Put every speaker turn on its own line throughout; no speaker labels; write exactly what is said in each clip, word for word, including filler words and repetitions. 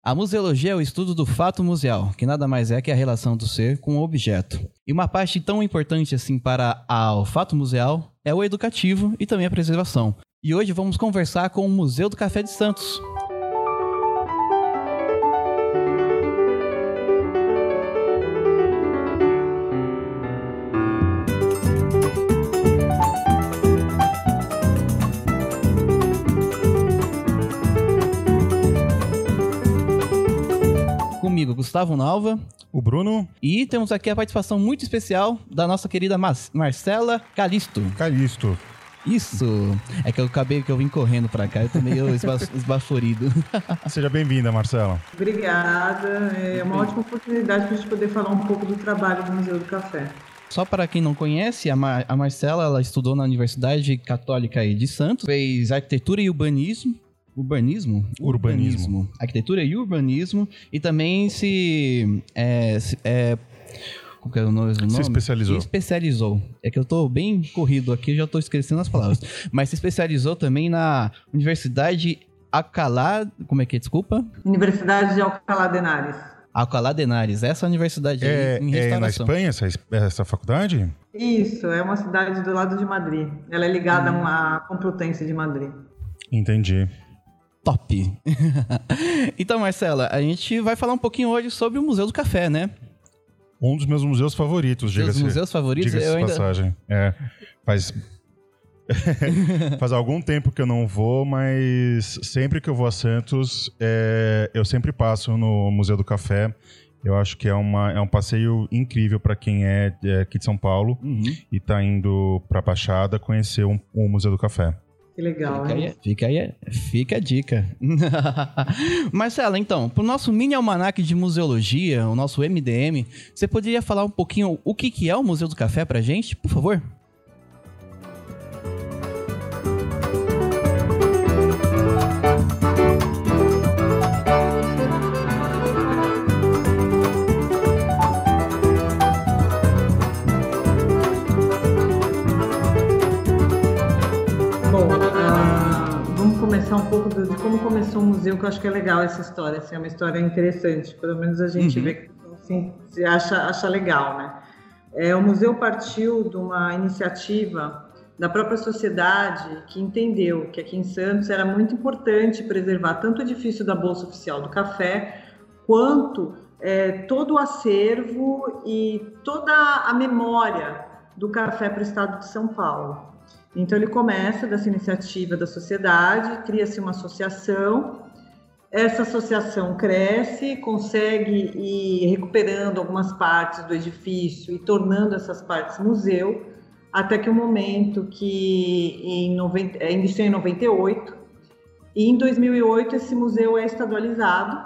A museologia é o estudo do fato museal, que nada mais é que a relação do ser com o objeto. E uma parte tão importante assim para a, o fato museal é o educativo e também a preservação. E hoje vamos conversar com o Museu do Café de Santos. Comigo, Gustavo Nalva.
O Bruno.
E temos aqui a participação muito especial da nossa querida Mas- Marcela Calisto.
Calisto.
Isso! É que eu acabei que eu vim correndo pra cá, eu tô meio esba- esbaforido.
Seja bem-vinda, Marcela.
Obrigada. É uma ótima oportunidade para a gente poder falar um pouco do trabalho do Museu do Café.
Só para quem não conhece, a, Mar- a Marcela ela estudou na Universidade Católica aí de Santos, fez arquitetura e urbanismo. Urbanismo?
Urbanismo.
Arquitetura e urbanismo. E também se... É, se é, qual que é o nome?
Se especializou.
Se especializou. É que eu tô bem corrido aqui, já tô esquecendo as palavras. Mas se especializou também na Universidade Alcalá... Como é que é? Desculpa?
Universidade de Alcalá de Henares.
Alcalá de Henares. Essa universidade
É,
aí, em
é na
restauração.
Espanha essa, essa faculdade?
Isso, é uma cidade do lado de Madrid. Ela é ligada
Hum.
à Complutense de Madrid.
Entendi.
Top! Então, Marcela, a gente vai falar um pouquinho hoje sobre o Museu do Café, né?
Um dos meus museus favoritos,
Seus
diga-se.
museus favoritos?
Diga-se
Eu
de
ainda...
passagem. É, faz... faz algum tempo que eu não vou, mas sempre que eu vou a Santos, é, eu sempre passo no Museu do Café. Eu acho que é, uma, é um passeio incrível para quem é, é aqui de São Paulo
Uhum.
e tá indo para a Baixada conhecer um, o Museu do Café.
Que legal,
Fica
hein?
aí, fica aí, fica a dica. Marcela, então, pro nosso mini almanaque de museologia, o nosso M D M, você poderia falar um pouquinho o que, que é o Museu do Café pra gente, por favor?
Bom, ah, vamos começar um pouco do- de como começou o museu, que eu acho que é legal essa história. Assim, é uma história interessante. Pelo menos a gente
Uhum.
vê que assim, se acha, acha legal, né? É, o museu partiu de uma iniciativa da própria sociedade que entendeu que aqui em Santos era muito importante preservar tanto o edifício da Bolsa Oficial do Café, quanto é, todo o acervo e toda a memória do café para o estado de São Paulo. Então ele começa dessa iniciativa da sociedade, cria-se uma associação, essa associação cresce, consegue ir recuperando algumas partes do edifício e tornando essas partes museu, até que o momento que em noventa, iniciou em noventa e oito, e em dois mil e oito esse museu é estadualizado,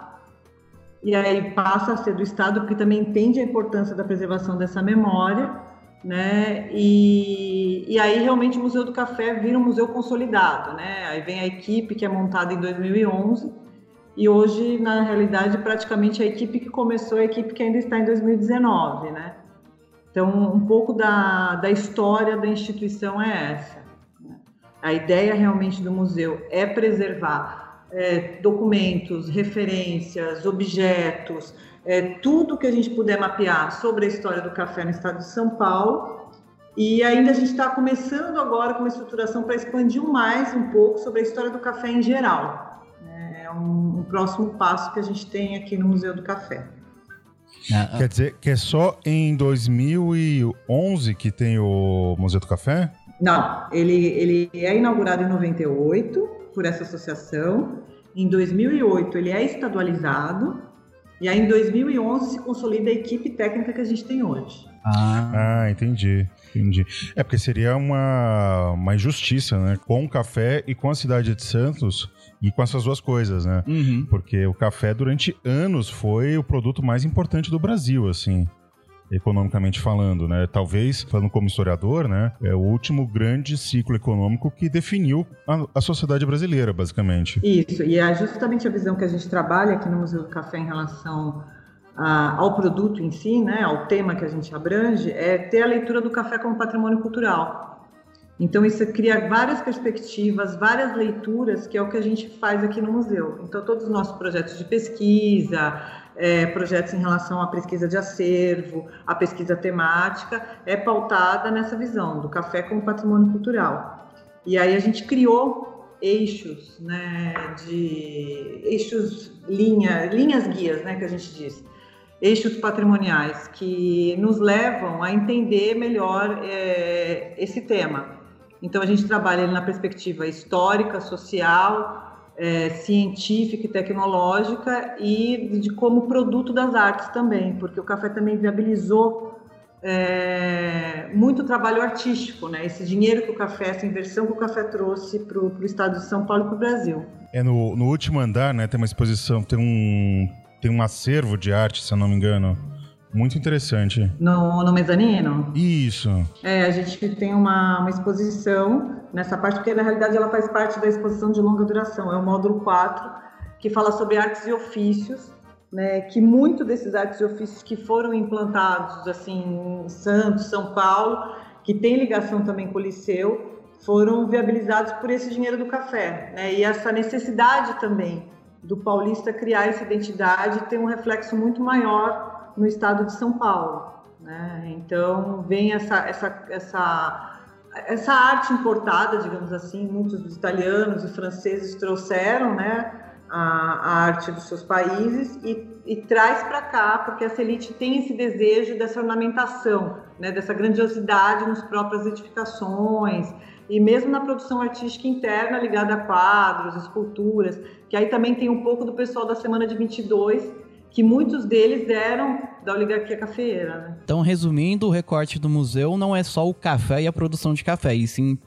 e aí passa a ser do Estado, porque também entende a importância da preservação dessa memória, né? E, e aí realmente o Museu do Café vira um museu consolidado, né? Aí vem a equipe que é montada em dois mil e onze, e hoje, na realidade, praticamente a equipe que começou é a equipe que ainda está em dois mil e dezenove, né? Então, um pouco da, da história da instituição é essa, né? A ideia realmente do museu é preservar é, documentos, referências, objetos, é, tudo que a gente puder mapear sobre a história do café no estado de São Paulo. E ainda a gente está começando agora com uma estruturação para expandir mais um pouco sobre a história do café em geral. É um, um próximo passo que a gente tem aqui no Museu do Café.
Ah,
Quer dizer que é só em dois mil e onze que tem o Museu do Café?
Não, ele, ele é inaugurado em noventa e oito por essa associação. Em dois mil e oito ele é estadualizado. E aí em dois mil e onze se consolida a equipe técnica que a gente tem hoje.
ah,
Ah, entendi, entendi. É porque seria uma, uma injustiça, né? Com o café e com a cidade de Santos e com essas duas coisas, né?
uhum.
Porque o café durante anos foi o produto mais importante do Brasil, assim, economicamente falando, né? Talvez, falando como historiador, né? É o último grande ciclo econômico que definiu a, a sociedade brasileira, basicamente.
Isso, e é justamente a visão que a gente trabalha aqui no Museu do Café em relação a, ao produto em si, né, ao tema que a gente abrange, é ter a leitura do café como patrimônio cultural. Então, isso cria várias perspectivas, várias leituras, que é o que a gente faz aqui no museu. Então, todos os nossos projetos de pesquisa, é, projetos em relação à pesquisa de acervo, à pesquisa temática, é pautada nessa visão do café como patrimônio cultural. E aí a gente criou eixos, né, de eixos, linha, linhas guias, né, que a gente diz, eixos patrimoniais, que nos levam a entender melhor é, esse tema. Então, a gente trabalha ele na perspectiva histórica, social, é, científica e tecnológica e de como produto das artes também, porque o café também viabilizou é, muito trabalho artístico, né? Esse dinheiro que o café, essa inversão que o café trouxe para o estado de São Paulo e para o Brasil.
É no, no último andar, né? Tem uma exposição, tem um, tem um acervo de arte, se eu não me engano. Muito interessante.
No, no mezanino?
Isso.
É, a gente tem uma, uma exposição nessa parte, porque na realidade ela faz parte da exposição de longa duração. É o módulo quatro, que fala sobre artes e ofícios, né, que muito desses artes e ofícios que foram implantados assim, em Santos, São Paulo, que tem ligação também com o Liceu, foram viabilizados por esse dinheiro do café, né, e essa necessidade também do paulista criar essa identidade tem um reflexo muito maior no estado de São Paulo, né? Então vem essa, essa, essa, essa arte importada, digamos assim, muitos dos italianos e franceses trouxeram, né, a, a arte dos seus países e, e traz para cá, porque essa elite tem esse desejo dessa ornamentação, né, dessa grandiosidade nas próprias edificações e mesmo na produção artística interna ligada a quadros, esculturas, que aí também tem um pouco do pessoal da Semana de vinte e dois, que muitos deles eram da oligarquia cafeeira, né?
Então, resumindo, o recorte do museu não é só o café e a produção de café, e sim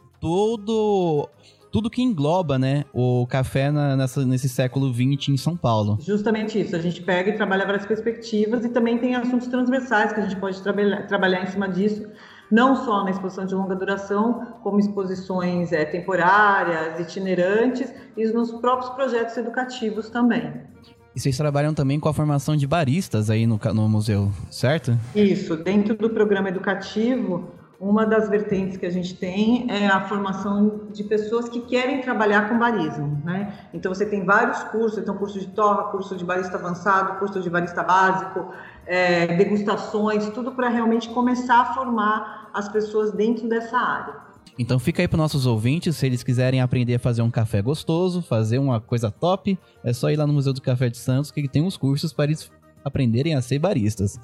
todo, tudo que engloba, né, o café na, nessa, nesse século vinte em São Paulo.
Justamente isso, a gente pega e trabalha várias perspectivas e também tem assuntos transversais que a gente pode trabalhar, trabalhar em cima disso, não só na exposição de longa duração, como exposições é, temporárias, itinerantes e nos próprios projetos educativos também.
E vocês trabalham também com a formação de baristas aí no, no museu, certo?
Isso, dentro do programa educativo, uma das vertentes que a gente tem é a formação de pessoas que querem trabalhar com barismo, né? Então você tem vários cursos, então curso de torra, curso de barista avançado, curso de barista básico, é, degustações, tudo para realmente começar a formar as pessoas dentro dessa área.
Então fica aí para nossos ouvintes, se eles quiserem aprender a fazer um café gostoso, fazer uma coisa top, é só ir lá no Museu do Café de Santos, que tem uns cursos para eles aprenderem a ser baristas.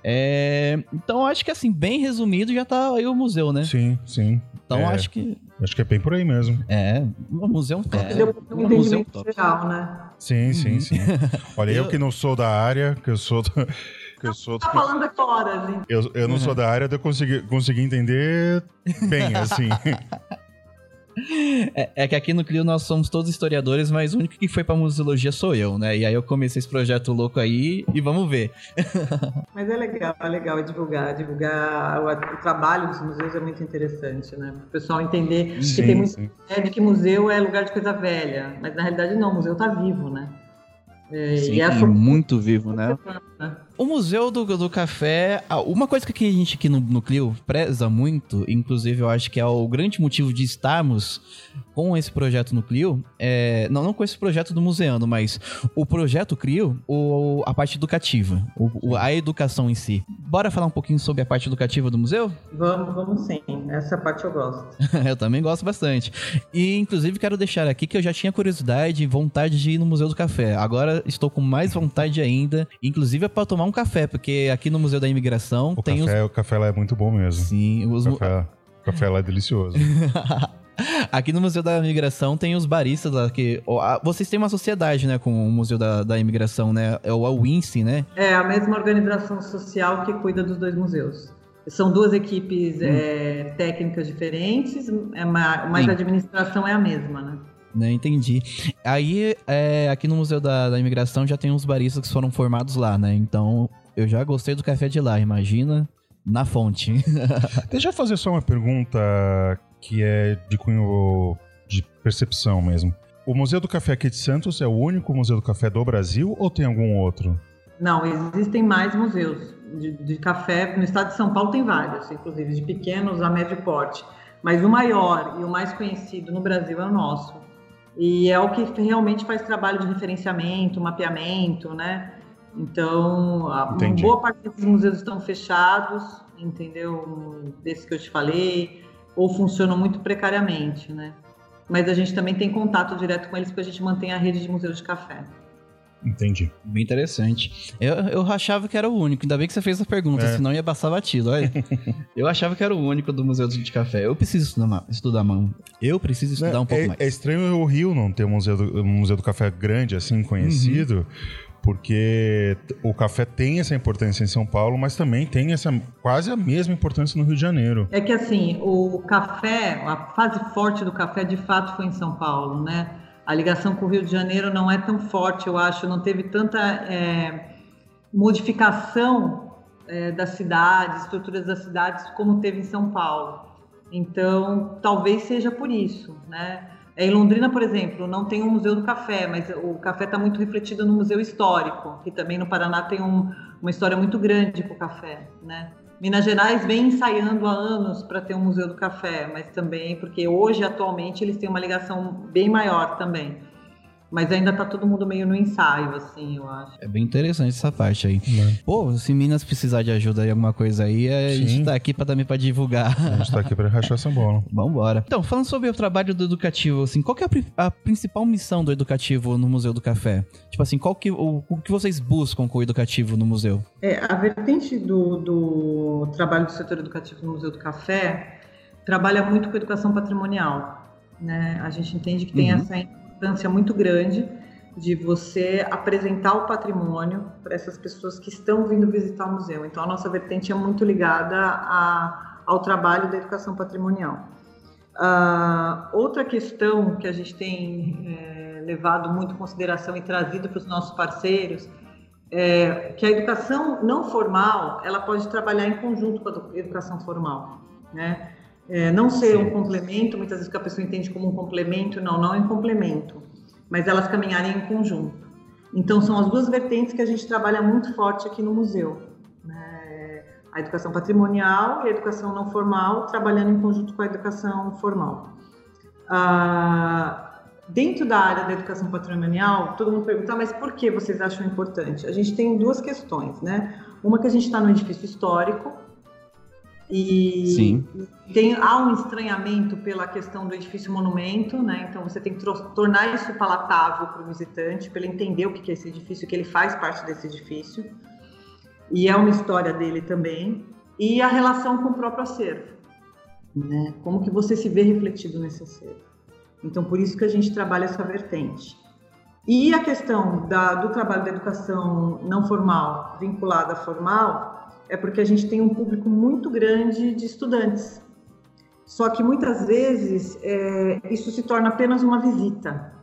É... Então acho que assim, bem resumido, já tá aí o museu, né?
Sim, sim.
Então
é,
acho que...
Acho que é bem por aí mesmo.
É, um museu top.
É, deu um entendimento geral, né?
Sim, sim,
Uhum.
sim. Olha, eu... eu que não sou da área, que eu sou... Do... Eu sou
tá falando aqui horas, hein?
Eu, eu não uhum. sou da área, eu consegui, consegui entender bem, assim.
É, é que aqui no Clio nós somos todos historiadores, mas o único que foi pra museologia sou eu, né? E aí eu comecei esse projeto louco aí e vamos ver.
Mas é legal, é legal divulgar, divulgar o, o trabalho dos museus é muito interessante, né? Para o pessoal entender sim, que tem muita ideia de que museu é lugar de coisa velha, mas na realidade não, o museu tá vivo, né?
É, sim, e é muito vivo, né? O Museu do, do Café, uma coisa que a gente aqui no, no Clio preza muito, inclusive eu acho que é o grande motivo de estarmos com esse projeto no Clio, é, não, não com esse projeto do Museano, mas o projeto Clio, o, a parte educativa, o, o, a educação em si. Bora falar um pouquinho sobre a parte educativa do museu?
Vamos, vamos sim. Essa parte eu gosto.
Eu também gosto bastante. E, inclusive, quero deixar aqui que eu já tinha curiosidade e vontade de ir no Museu do Café. Agora estou com mais vontade ainda, inclusive é para tomar um café, porque aqui no Museu da Imigração
o
tem
café,
os...
O café lá é muito bom mesmo.
Sim. Os...
O café, o café lá é delicioso.
Aqui no Museu da Imigração tem os baristas lá, que... Vocês têm uma sociedade, né, com o Museu da, da Imigração, né? É o WINSE, né?
É a mesma organização social que cuida dos dois museus. São duas equipes hum. é, técnicas diferentes, é uma, mas Sim. a administração é a mesma, né?
Né, entendi. Aí, é, aqui no Museu da, da Imigração já tem uns baristas que foram formados lá, né? Então, eu já gostei do café de lá, imagina na fonte.
Deixa eu fazer só uma pergunta que é de cunho de percepção mesmo. O Museu do Café aqui de Santos é o único Museu do Café do Brasil ou tem algum outro?
Não, existem mais museus de, de café. No estado de São Paulo tem vários, inclusive de pequenos a médio porte. Mas o maior e o mais conhecido no Brasil é o nosso. E é o que realmente faz trabalho de referenciamento, mapeamento, né? Então, a, uma boa parte desses museus estão fechados, entendeu? Desses que eu te falei, ou funcionam muito precariamente, né? Mas a gente também tem contato direto com eles porque a gente mantém a rede de museus de café.
Entendi.
Bem interessante. Eu, eu achava que era o único, ainda bem que você fez a pergunta, é. Senão ia passar batido, olha. Eu achava que era o único do Museu de Café. Eu preciso estudar, estudar mano. Eu preciso estudar é, um pouco
é,
mais.
É estranho o Rio não ter um museu do, um museu do café grande, assim, conhecido, uhum. Porque o café tem essa importância em São Paulo, mas também tem essa quase a mesma importância no Rio de Janeiro.
É que assim, o café, a fase forte do café de fato foi em São Paulo, né? A ligação com o Rio de Janeiro não é tão forte, eu acho, não teve tanta é, modificação é, das cidades, estruturas das cidades, como teve em São Paulo. Então, talvez seja por isso, né? Em Londrina, por exemplo, não tem um museu do café, mas o café está muito refletido no Museu Histórico, que também no Paraná tem um, uma história muito grande com o café, né? Minas Gerais vem ensaiando há anos para ter um museu do café, mas também porque hoje, atualmente, eles têm uma ligação bem maior também. Mas ainda está todo mundo meio no ensaio, assim, eu acho.
É bem interessante essa parte aí. É. Pô, se Minas precisar de ajuda em alguma coisa aí, a Sim. gente tá aqui pra, também para divulgar.
A gente tá aqui para rachar essa bola.
Vambora. Então, falando sobre o trabalho do educativo, assim, qual que é a, a principal missão do educativo no Museu do Café? Tipo assim, qual que, o, o que vocês buscam com o educativo no museu?
É, a vertente do, do trabalho do setor educativo no Museu do Café trabalha muito com educação patrimonial, né? A gente entende que tem uhum. essa importância muito grande de você apresentar o patrimônio para essas pessoas que estão vindo visitar o museu. Então, a nossa vertente é muito ligada a, ao trabalho da educação patrimonial. Uh, outra questão que a gente tem é, levado muito em consideração e trazido para os nossos parceiros é que a educação não formal, ela pode trabalhar em conjunto com a educação formal, né? É, não ser um complemento, muitas vezes que a pessoa entende como um complemento, não, não é um complemento, mas elas caminharem em conjunto. Então, são as duas vertentes que a gente trabalha muito forte aqui no museu, né? A educação patrimonial e a educação não formal, trabalhando em conjunto com a educação formal. Ah, dentro da área da educação patrimonial, todo mundo pergunta, mas por que vocês acham importante? A gente tem duas questões, né? Uma que a gente está no edifício histórico, e
Sim.
Tem, há um estranhamento pela questão do edifício monumento, né? Então você tem que tornar isso palatável para o visitante, para ele entender o que é esse edifício, que ele faz parte desse edifício, e é uma história dele também, e a relação com o próprio acervo, né? Como que você se vê refletido nesse acervo. Então, por isso que a gente trabalha essa vertente. E a questão da, do trabalho da educação não formal vinculada à formal é porque a gente tem um público muito grande de estudantes. Só que muitas vezes é, isso se torna apenas uma visita.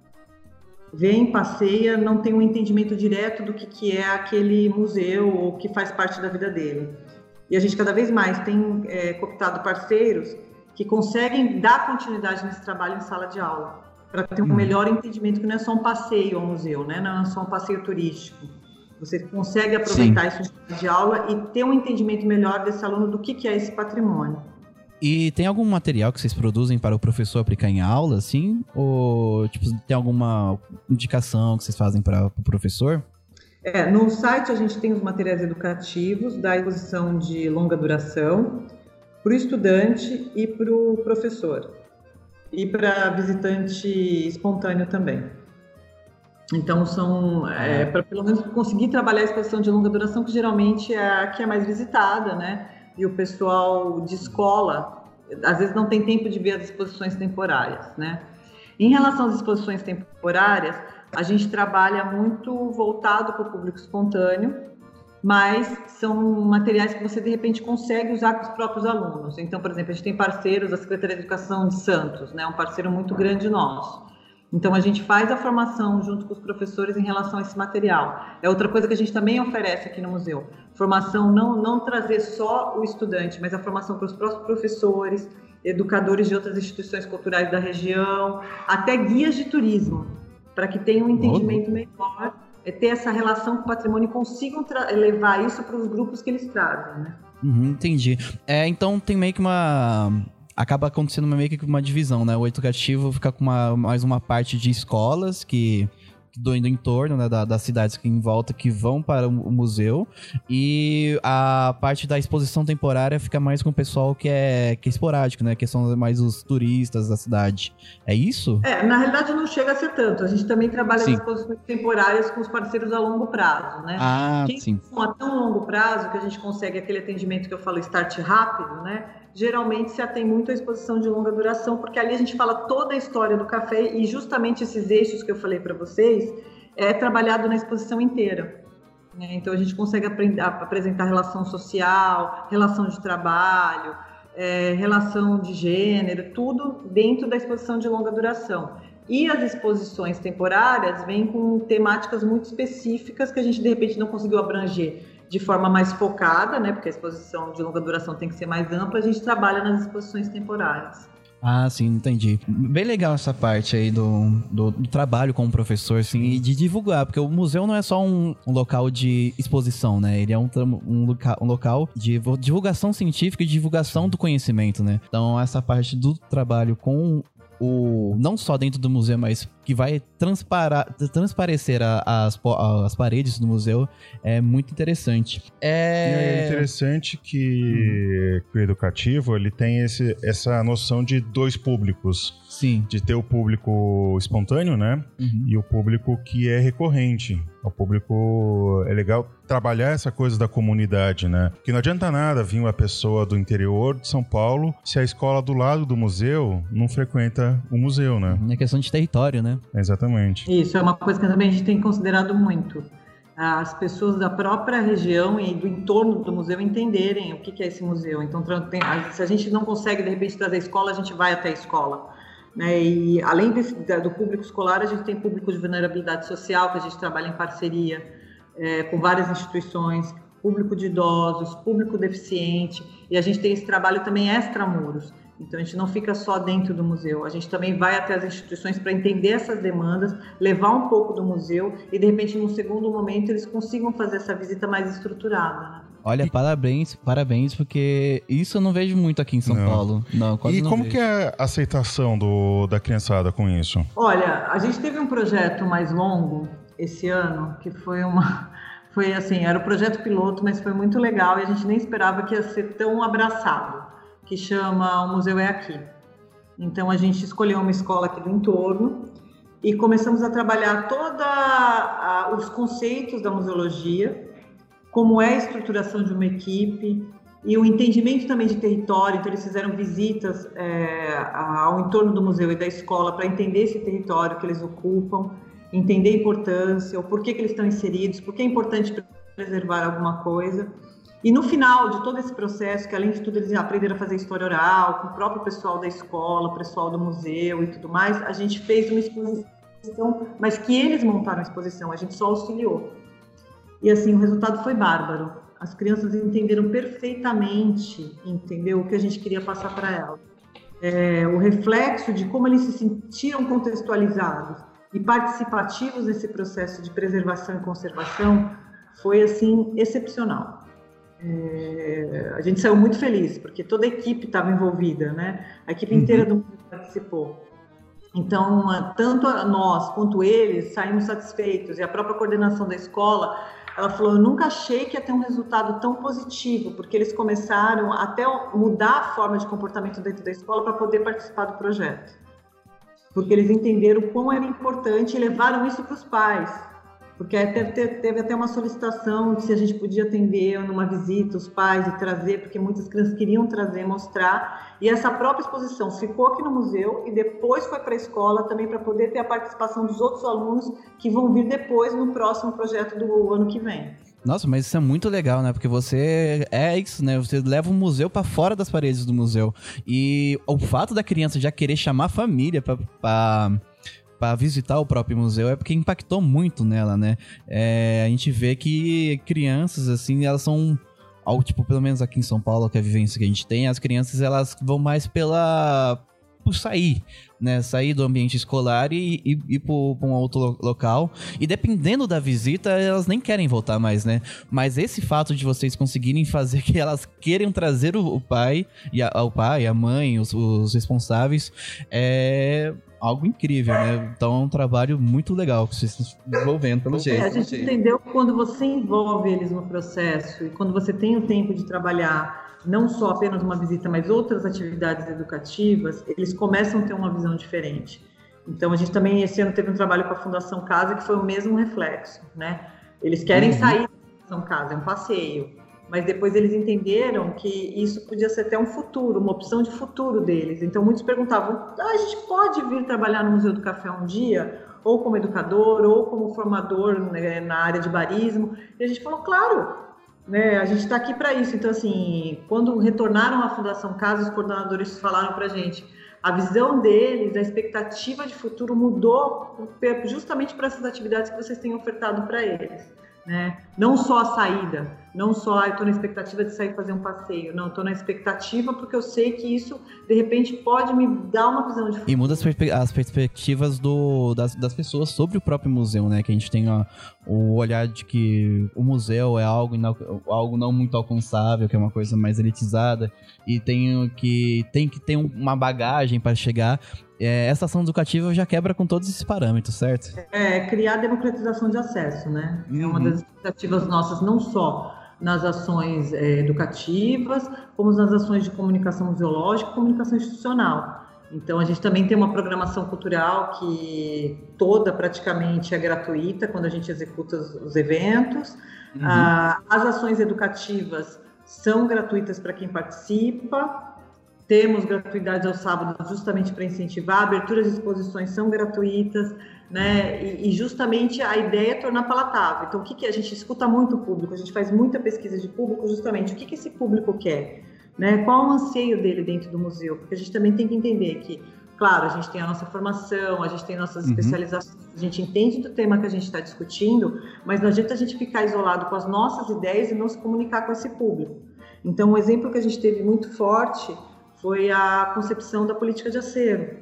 Vem, passeia, não tem um entendimento direto do que, que é aquele museu ou que faz parte da vida dele. E a gente cada vez mais tem é, cooptado parceiros que conseguem dar continuidade nesse trabalho em sala de aula, para ter um melhor entendimento que não é só um passeio ao museu, né? Não é só um passeio turístico. Você consegue aproveitar Sim. isso em sala de aula e ter um entendimento melhor desse aluno do que, que é esse patrimônio.
E tem algum material que vocês produzem para o professor aplicar em aula, assim? Ou tipo, tem alguma indicação que vocês fazem para o professor?
É, no site a gente tem os materiais educativos da exposição de longa duração para o estudante e para o professor. E para visitante espontâneo também. Então, são é, para pelo menos conseguir trabalhar a exposição de longa duração, que geralmente é a que é mais visitada, né? E o pessoal de escola, às vezes não tem tempo de ver as exposições temporárias, né? Em relação às exposições temporárias, a gente trabalha muito voltado para o público espontâneo, mas são materiais que você, de repente, consegue usar com os próprios alunos. Então, por exemplo, a gente tem parceiros, a Secretaria de Educação de Santos, né? Um parceiro muito grande nosso. Então, a gente faz a formação junto com os professores em relação a esse material. É outra coisa que a gente também oferece aqui no museu. Formação, não, não trazer só o estudante, mas a formação para os próprios professores, educadores de outras instituições culturais da região, até guias de turismo, para que tenham um entendimento melhor, é ter essa relação com o patrimônio e consigam levar isso para os grupos que eles trazem, né?
Uhum, entendi. É, então, tem meio que uma... acaba acontecendo meio que uma divisão, né? O educativo fica com uma, mais uma parte de escolas que... do, do entorno, né, da, das cidades que em volta que vão para o museu, e a parte da exposição temporária fica mais com o pessoal que é, que é esporádico, né, que são mais os turistas da cidade. É isso?
É, na realidade não chega a ser tanto. A gente também trabalha
Sim.
as exposições temporárias com os parceiros a longo prazo, né?
Ah,
Quem
sim.
são a tão longo prazo que a gente consegue aquele atendimento que eu falo start rápido, né? Geralmente se atém muito à exposição de longa duração, porque ali a gente fala toda a história do café e justamente esses eixos que eu falei para vocês é trabalhado na exposição inteira. Né? Então a gente consegue aprender, apresentar relação social, relação de trabalho, é, relação de gênero, tudo dentro da exposição de longa duração. E as exposições temporárias vêm com temáticas muito específicas que a gente de repente não conseguiu abranger de forma mais focada, né? Porque a exposição de longa duração tem que ser mais ampla, a gente trabalha nas exposições temporárias.
Ah, sim, entendi. Bem legal essa parte aí do, do, do trabalho como professor, assim, e de divulgar, porque o museu não é só um, um local de exposição, né? Ele é um, um, loca, um local de divulgação científica e divulgação do conhecimento, né? Então, essa parte do trabalho com o... não só dentro do museu, mas que vai transpara, transparecer a, as, as paredes do museu, é muito interessante. É,
é interessante que, hum. que o educativo ele tem esse, essa noção de dois públicos.
Sim.
De ter o público espontâneo, né? Uhum. E o público que é recorrente. O público... É legal trabalhar essa coisa da comunidade, né? Porque não adianta nada vir uma pessoa do interior de São Paulo se a escola do lado do museu não frequenta o museu, né?
É questão de território, né?
Exatamente.
Isso, é uma coisa que também a gente tem considerado muito. As pessoas da própria região e do entorno do museu entenderem o que é esse museu. Então, se a gente não consegue, de repente, trazer a escola, a gente vai até a escola. Né? E além desse, do público escolar, a gente tem público de vulnerabilidade social, que a gente trabalha em parceria é, com várias instituições, público de idosos, público deficiente, e a gente tem esse trabalho também extramuros. Então, a gente não fica só dentro do museu, a gente também vai até as instituições para entender essas demandas, levar um pouco do museu e, de repente, num segundo momento, eles consigam fazer essa visita mais estruturada. Né?
Olha, e... parabéns, parabéns, porque isso eu não vejo muito aqui em São
não.
Paulo. Não, quase
e
não
como
vejo.
que é a aceitação do, da criançada com isso?
Olha, a gente teve um projeto mais longo esse ano, que foi uma... Foi assim, era o projeto piloto, mas foi muito legal e a gente nem esperava que ia ser tão abraçado, que chama O Museu é Aqui. Então, a gente escolheu uma escola aqui do entorno e começamos a trabalhar todos os conceitos da museologia, como é a estruturação de uma equipe e o entendimento também de território. Então, eles fizeram visitas é, ao entorno do museu e da escola para entender esse território que eles ocupam, entender a importância, o porquê que eles estão inseridos, por que é importante preservar alguma coisa. E no final de todo esse processo, que além de tudo eles aprenderam a fazer história oral, com o próprio pessoal da escola, o pessoal do museu e tudo mais, a gente fez uma exposição, mas que eles montaram a exposição, a gente só auxiliou. E assim, o resultado foi bárbaro. As crianças entenderam perfeitamente, entendeu, o que a gente queria passar para elas. É, o reflexo de como eles se sentiram contextualizados e participativos nesse processo de preservação e conservação foi, assim, excepcional. É, a gente saiu muito feliz, porque toda a equipe estava envolvida, né? A equipe uhum. inteira do museu participou. Então, tanto nós quanto eles saímos satisfeitos. E a própria coordenação da escola, ela falou, eu nunca achei que ia ter um resultado tão positivo, porque eles começaram até mudar a forma de comportamento dentro da escola para poder participar do projeto. Porque eles entenderam o quão era importante e levaram isso para os pais. Porque teve, teve até uma solicitação de se a gente podia atender numa visita os pais e trazer, porque muitas crianças queriam trazer, mostrar. E essa própria exposição ficou aqui no museu e depois foi para a escola também para poder ter a participação dos outros alunos que vão vir depois no próximo projeto do ano que vem.
Nossa, mas isso é muito legal, né? Porque você é isso, né? Você leva o museu para fora das paredes do museu. E o fato da criança já querer chamar a família para... pra... para visitar o próprio museu é porque impactou muito nela, né? É, a gente vê que crianças, assim, elas são... Algo, tipo, pelo menos aqui em São Paulo, que é a vivência que a gente tem, as crianças, elas vão mais pela... por sair. né, sair do ambiente escolar e, e ir para um outro lo- local. E dependendo da visita, elas nem querem voltar mais, né? Mas esse fato de vocês conseguirem fazer que elas queiram trazer o, o pai, e a, o pai, a mãe, os, os responsáveis, é algo incrível, né? Então é um trabalho muito legal que vocês estão desenvolvendo, pelo jeito.
É, a gente entendeu que quando você envolve eles no processo e quando você tem o tempo de trabalhar não só apenas uma visita, mas outras atividades educativas, eles começam a ter uma visão diferente. Então, a gente também, esse ano, teve um trabalho com a Fundação Casa, que foi o mesmo reflexo, né? Eles querem uhum. sair da Fundação Casa, é um passeio, mas depois eles entenderam que isso podia ser até um futuro, uma opção de futuro deles. Então, muitos perguntavam, ah, a gente pode vir trabalhar no Museu do Café um dia, ou como educador, ou como formador, né, na área de barismo? E a gente falou, claro, né, a gente está aqui para isso. Então, assim, quando retornaram à Fundação Casa, os coordenadores falaram para a gente, a visão deles, a expectativa de futuro mudou justamente para essas atividades que vocês têm ofertado para eles, né? Não só a saída, não só, ah, eu estou na expectativa de sair fazer um passeio, não, estou na expectativa porque eu sei que isso, de repente, pode me dar uma visão de futuro.
E muda as, perspe- as perspectivas do, das, das pessoas sobre o próprio museu, né? Que a gente tem ó, o olhar de que o museu é algo, ina- algo não muito alcançável, que é uma coisa mais elitizada, e tem que, tem que ter uma bagagem para chegar. É, essa ação educativa já quebra com todos esses parâmetros, certo?
É, criar democratização de acesso, né? Uhum. É uma das expectativas nossas, não só nas ações é, educativas, como nas ações de comunicação museológica e comunicação institucional. Então, a gente também tem uma programação cultural que toda praticamente é gratuita quando a gente executa os, os eventos. Uhum. Ah, as ações educativas são gratuitas para quem participa. Temos gratuidade aos sábados justamente para incentivar, aberturas de exposições são gratuitas, né? E, e justamente a ideia é tornar palatável. Então, o que, que a gente escuta muito o público, a gente faz muita pesquisa de público, justamente o que, que esse público quer, né? Qual o anseio dele dentro do museu? Porque a gente também tem que entender que, claro, a gente tem a nossa formação, a gente tem nossas uhum. especializações, a gente entende do tema que a gente está discutindo, mas não adianta a gente ficar isolado com as nossas ideias e não se comunicar com esse público. Então, um exemplo que a gente teve muito forte foi a concepção da política de acero.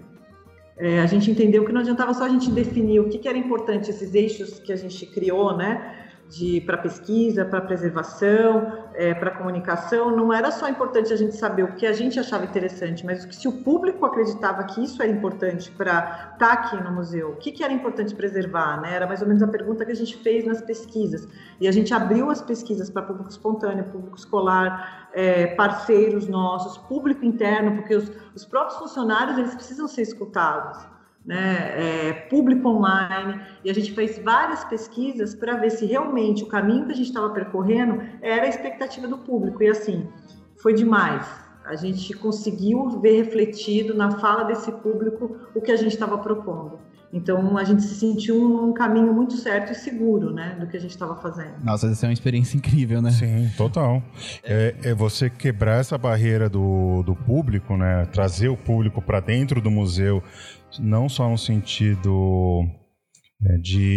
É, a gente entendeu que não adiantava só a gente definir o que, que era importante, esses eixos que a gente criou, né, para pesquisa, para preservação, é, para comunicação. Não era só importante a gente saber o que a gente achava interessante, mas se o público acreditava que isso era importante para estar aqui no museu, o que, que era importante preservar, né? Era mais ou menos a pergunta que a gente fez nas pesquisas. E a gente abriu as pesquisas para público espontâneo, público escolar, é, parceiros nossos, público interno, porque os, os próprios funcionários eles precisam ser escutados, né? É, público online, e a gente fez várias pesquisas para ver se realmente o caminho que a gente estava percorrendo era a expectativa do público, e assim, foi demais. A gente conseguiu ver refletido na fala desse público o que a gente estava propondo. Então, a gente se sentiu num caminho muito certo e seguro, né, do que a gente estava fazendo.
Nossa, essa é uma experiência incrível, né?
Sim, total. É, é você quebrar essa barreira do, do público, né, trazer o público para dentro do museu, não só no sentido é,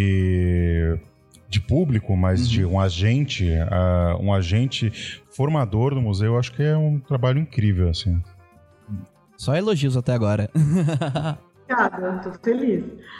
de, de público, mas uhum. de um agente, uh, um agente formador do museu. Eu acho que é um trabalho incrível, assim.
Só elogios até agora.
Obrigada, estou feliz.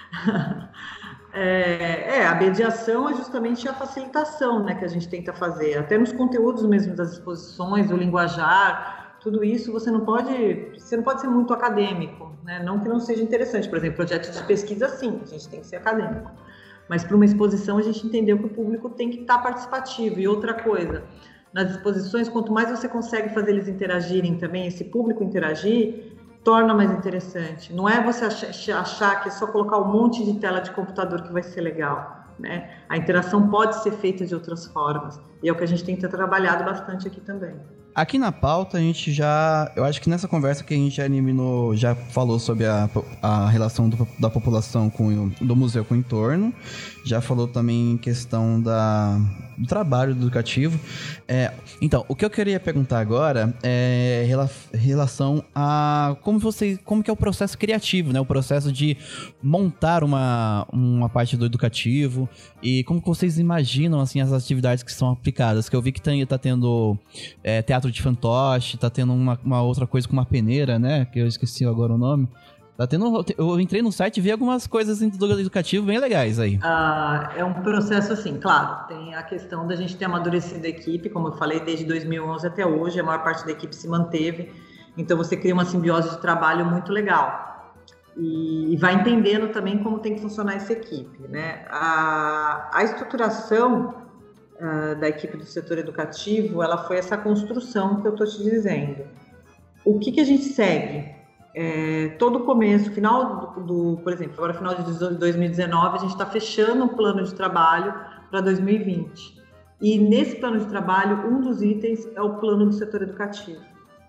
É, é, a mediação é justamente a facilitação, né, que a gente tenta fazer, até nos conteúdos mesmo das exposições, o linguajar, tudo isso você não pode, você não pode ser muito acadêmico, né? Não que não seja interessante, por exemplo, projetos de pesquisa, sim, a gente tem que ser acadêmico, mas para uma exposição a gente entendeu que o público tem que estar participativo. E outra coisa, nas exposições, quanto mais você consegue fazer eles interagirem também, esse público interagir, torna mais interessante. Não é você achar que é só colocar um monte de tela de computador que vai ser legal, né? A interação pode ser feita de outras formas, e é o que a gente tem trabalhado bastante aqui também.
Aqui na pauta a gente já, eu acho que nessa conversa que a gente já eliminou, já falou sobre a, a relação do, da população com do museu com o entorno, já falou também em questão da, do trabalho educativo. É, então, o que eu queria perguntar agora é em relação a como você, como que é o processo criativo, né? O processo de montar uma, uma parte do educativo e como que vocês imaginam assim as atividades que são aplicadas. Que eu vi que está tendo é, teatro de fantoche, tá tendo uma, uma outra coisa com uma peneira, né? Que eu esqueci agora o nome. Tá tendo, eu entrei no site e vi algumas coisas do educativo bem legais aí.
Ah, é um processo assim, claro, tem a questão da gente ter amadurecido a equipe, como eu falei, desde dois mil e onze até hoje, a maior parte da equipe se manteve, então você cria uma simbiose de trabalho muito legal e, e vai entendendo também como tem que funcionar essa equipe, né? A, a estruturação ah, da equipe do setor educativo, ela foi essa construção que eu estou te dizendo. O que que a gente segue? É, todo o começo, final do, do, por exemplo, agora final de dois mil e dezenove, a gente está fechando um plano de trabalho para dois mil e vinte. E nesse plano de trabalho, um dos itens é o plano do setor educativo.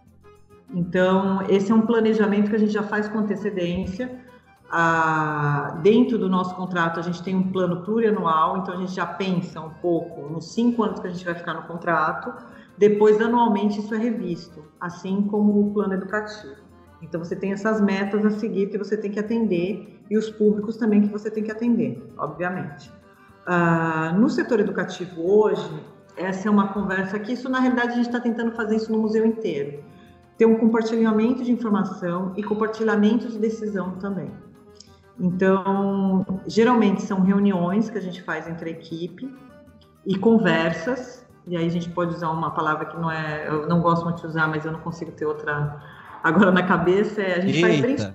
Então, esse é um planejamento que a gente já faz com antecedência. Ah, dentro do nosso contrato, a gente tem um plano plurianual, então a gente já pensa um pouco nos cinco anos que a gente vai ficar no contrato. Depois, anualmente, isso é revisto, assim como o plano educativo. Então, você tem essas metas a seguir que você tem que atender e os públicos também que você tem que atender, obviamente. Ah, no setor educativo hoje, essa é uma conversa que isso, na realidade, a gente está tentando fazer isso no museu inteiro. Ter um compartilhamento de informação e compartilhamento de decisão também. Então, geralmente são reuniões que a gente faz entre a equipe e conversas, e aí a gente pode usar uma palavra que não é, eu não gosto muito de usar, mas eu não consigo ter outra agora na cabeça, é, a gente Eita. faz brainstorm.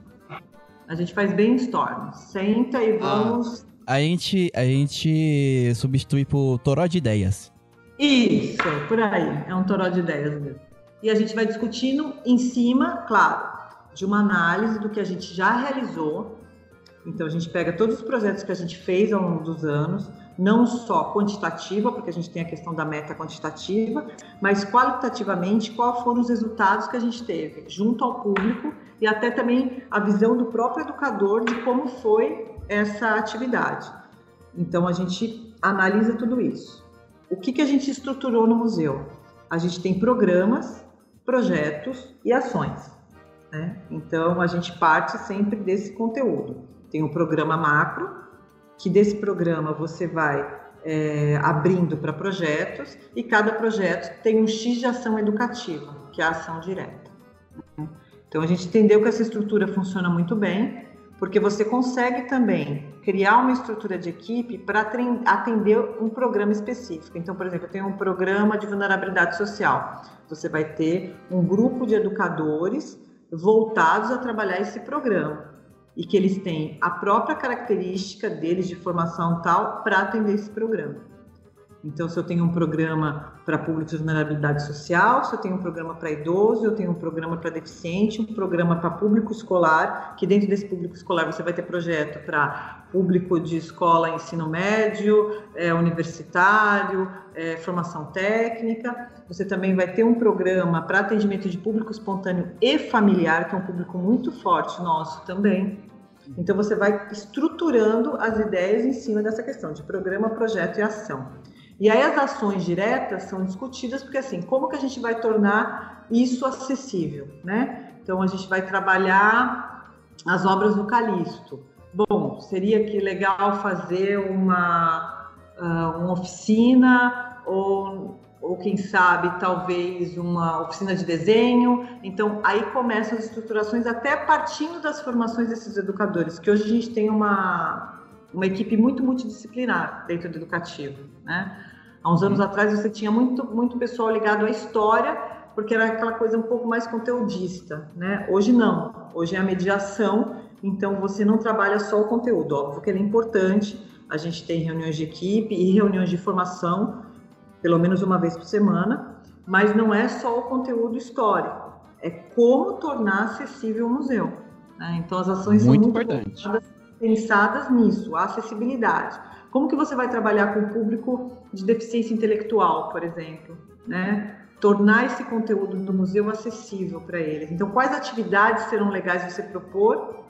A gente faz brainstorm. Senta e vamos...
Ah, a, gente, a gente substitui por toró de ideias.
Isso, por aí. É um toró de ideias mesmo. E a gente vai discutindo em cima, claro, de uma análise do que a gente já realizou. Então, a gente pega todos os projetos que a gente fez ao longo dos anos, não só quantitativa, porque a gente tem a questão da meta quantitativa, mas qualitativamente, quais foram os resultados que a gente teve junto ao público e até também a visão do próprio educador de como foi essa atividade. Então, a gente analisa tudo isso. O que, que a gente estruturou no museu? A gente tem programas, projetos e ações, né? Então, a gente parte sempre desse conteúdo. Tem o programa macro, que desse programa você vai é, abrindo para projetos e cada projeto tem um X de ação educativa, que é a ação direta. Então, a gente entendeu que essa estrutura funciona muito bem, porque você consegue também criar uma estrutura de equipe para atender um programa específico. Então, por exemplo, eu tenho um programa de vulnerabilidade social. Você vai ter um grupo de educadores voltados a trabalhar esse programa e que eles têm a própria característica deles de formação tal para atender esse programa. Então, se eu tenho um programa para público de vulnerabilidade social, se eu tenho um programa para idoso, eu tenho um programa para deficiente, um programa para público escolar, que dentro desse público escolar você vai ter projeto para público de escola, ensino médio, é, universitário, é, formação técnica. Você também vai ter um programa para atendimento de público espontâneo e familiar, que é um público muito forte nosso também. Então, você vai estruturando as ideias em cima dessa questão de programa, projeto e ação. E aí as ações diretas são discutidas, porque assim, como que a gente vai tornar isso acessível, né? Então, a gente vai trabalhar as obras do Calixto. Bom, seria que legal fazer uma, uh, uma oficina ou, ou, quem sabe, talvez uma oficina de desenho. Então, aí começam as estruturações até partindo das formações desses educadores, que hoje a gente tem uma, uma equipe muito multidisciplinar dentro do educativo, né? Há uns anos uhum. atrás você tinha muito, muito pessoal ligado à história, porque era aquela coisa um pouco mais conteudista, né? Hoje não, hoje é a mediação, então você não trabalha só o conteúdo, óbvio que ele é importante, a gente tem reuniões de equipe e reuniões de formação, pelo menos uma vez por semana, mas não é só o conteúdo histórico, é como tornar acessível o museu, né? Então as ações
muito
são muito
importante.
pensadas nisso, a acessibilidade. Como que você vai trabalhar com o público de deficiência intelectual, por exemplo, né? Tornar esse conteúdo do museu acessível para eles. Então, quais atividades serão legais você propor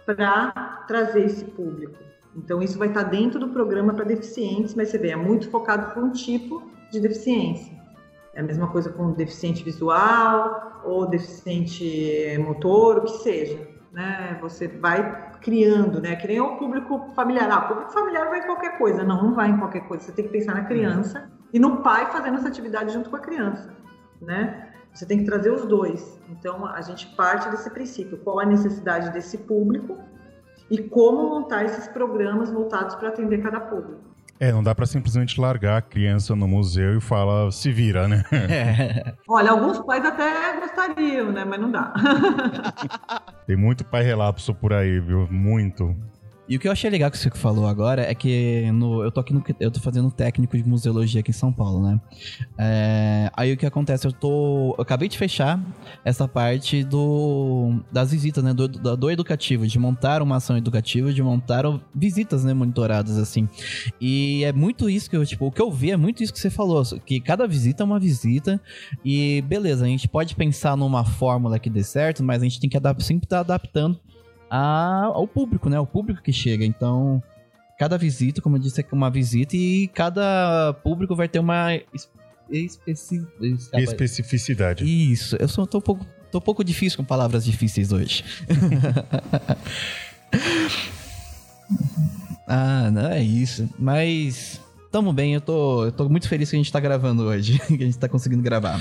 para trazer esse público? Então, isso vai estar dentro do programa para deficientes, mas você vê, é muito focado para um tipo de deficiência. É a mesma coisa com deficiente visual ou deficiente motor, o que seja, né? Você vai criando, né? Que nem o público familiar. Ah, o público familiar vai em qualquer coisa. Não, não vai em qualquer coisa. Você tem que pensar na criança e no pai fazendo essa atividade junto com a criança, né? Você tem que trazer os dois. Então, a gente parte desse princípio. Qual a necessidade desse público e como montar esses programas voltados para atender cada público.
É, não dá para simplesmente largar a criança no museu e falar, se vira, né?
É. Olha, alguns pais até gostariam, né? Mas não dá.
Tem muito pai relapso por aí, viu? Muito.
E o que eu achei legal que você falou agora é que no, eu tô aqui no, eu tô fazendo técnico de museologia aqui em São Paulo, né? É, aí o que acontece, eu tô, eu acabei de fechar essa parte do, das visitas, né? Do, do, do educativo, de montar uma ação educativa, de montar visitas, né? Monitoradas, assim. E é muito isso que eu, tipo, o que eu vi é muito isso que você falou, que cada visita é uma visita e beleza, a gente pode pensar numa fórmula que dê certo, mas a gente tem que adap- sempre estar tá adaptando A, ao público, né? O público que chega. Então, cada visita, como eu disse, é uma visita e cada público vai ter uma especi...
especificidade.
Isso. Eu sou, tô, um pouco, tô um pouco difícil com palavras difíceis hoje. Ah, não é isso. Mas tamo bem. Eu tô, eu tô muito feliz que a gente tá gravando hoje. Que a gente tá conseguindo gravar.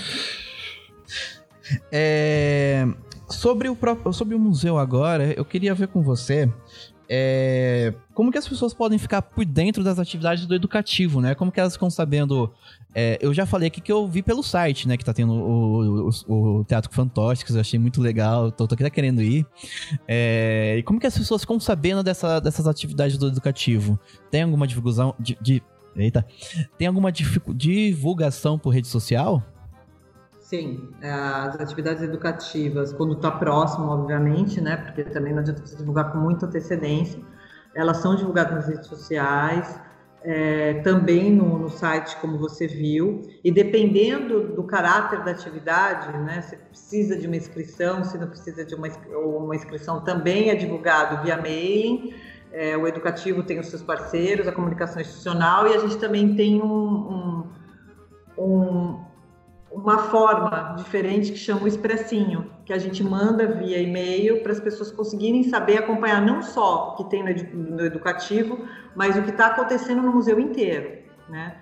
É... Sobre o, próprio, sobre o museu agora, eu queria ver com você é, como que as pessoas podem ficar por dentro das atividades do educativo, né? Como que elas ficam sabendo... É, eu já falei aqui que eu vi pelo site, né? Que tá tendo o, o, o Teatro Fantásticos, eu achei muito legal, tô, tô até querendo ir. É, e como que as pessoas ficam sabendo dessa, dessas atividades do educativo? Tem alguma divulgação... De, de, eita! Tem alguma divulgação por rede social?
Sim, as atividades educativas, quando está próximo, obviamente, né, porque também não adianta você divulgar com muita antecedência, elas são divulgadas nas redes sociais, é, também no, no site, como você viu, e dependendo do caráter da atividade, né, se precisa de uma inscrição, se não precisa de uma, uma inscrição, também é divulgado via mailing, é, o educativo tem os seus parceiros, a comunicação institucional, e a gente também tem um... um, um uma forma diferente que chama o expressinho, que a gente manda via e-mail para as pessoas conseguirem saber acompanhar não só o que tem no, edu- no educativo, mas o que está acontecendo no museu inteiro, né?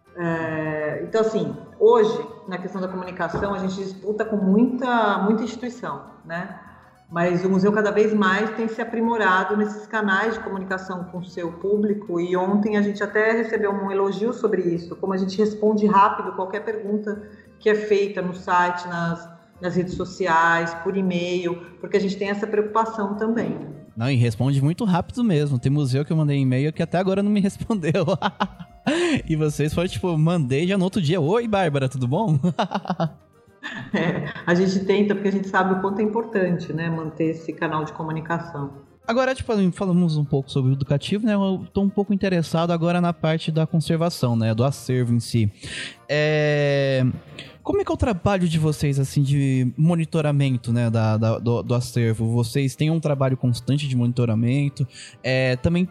É, então, assim, hoje, na questão da comunicação, a gente disputa com muita, muita instituição, né? Mas o museu cada vez mais tem se aprimorado nesses canais de comunicação com o seu público, e ontem a gente até recebeu um elogio sobre isso, como a gente responde rápido qualquer pergunta que é feita no site, nas, nas redes sociais, por e-mail, porque a gente tem essa preocupação também.
Não, e responde muito rápido mesmo. Tem museu que eu mandei e-mail que até agora não me respondeu. E vocês foram tipo, mandei já no outro dia. Oi, Bárbara, tudo bom?
É, a gente tenta, porque a gente sabe o quanto é importante, né, manter esse canal de comunicação.
Agora, tipo, falamos um pouco sobre o educativo, né? Eu tô um pouco interessado agora na parte da conservação, né? Do acervo em si. É... Como é que é o trabalho de vocês, assim, de monitoramento, né? Da, da, do, do acervo? Vocês têm um trabalho constante de monitoramento? É, também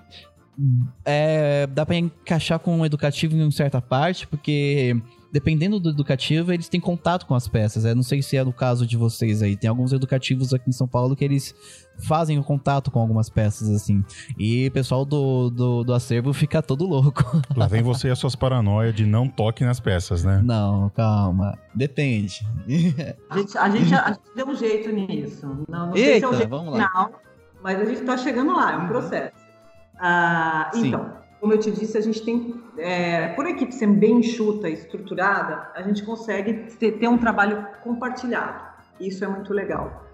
é, dá pra encaixar com o educativo em certa parte, porque... Dependendo do educativo, eles têm contato com as peças. Eu não sei se é no caso de vocês aí. Tem alguns educativos aqui em São Paulo que eles fazem o contato com algumas peças, assim. E o pessoal do, do, do acervo fica todo louco.
Lá vem você e as suas paranoias de não toque nas peças, né?
Não, calma. Depende.
A gente, a gente, a gente deu um jeito nisso. Não, não
Eita,
sei se é o jeito
vamos lá.
final, mas a gente está chegando lá, é um processo. Ah, então... Como eu te disse, a gente tem, é, por a equipe ser bem enxuta e estruturada, a gente consegue ter, ter um trabalho compartilhado. Isso é muito legal.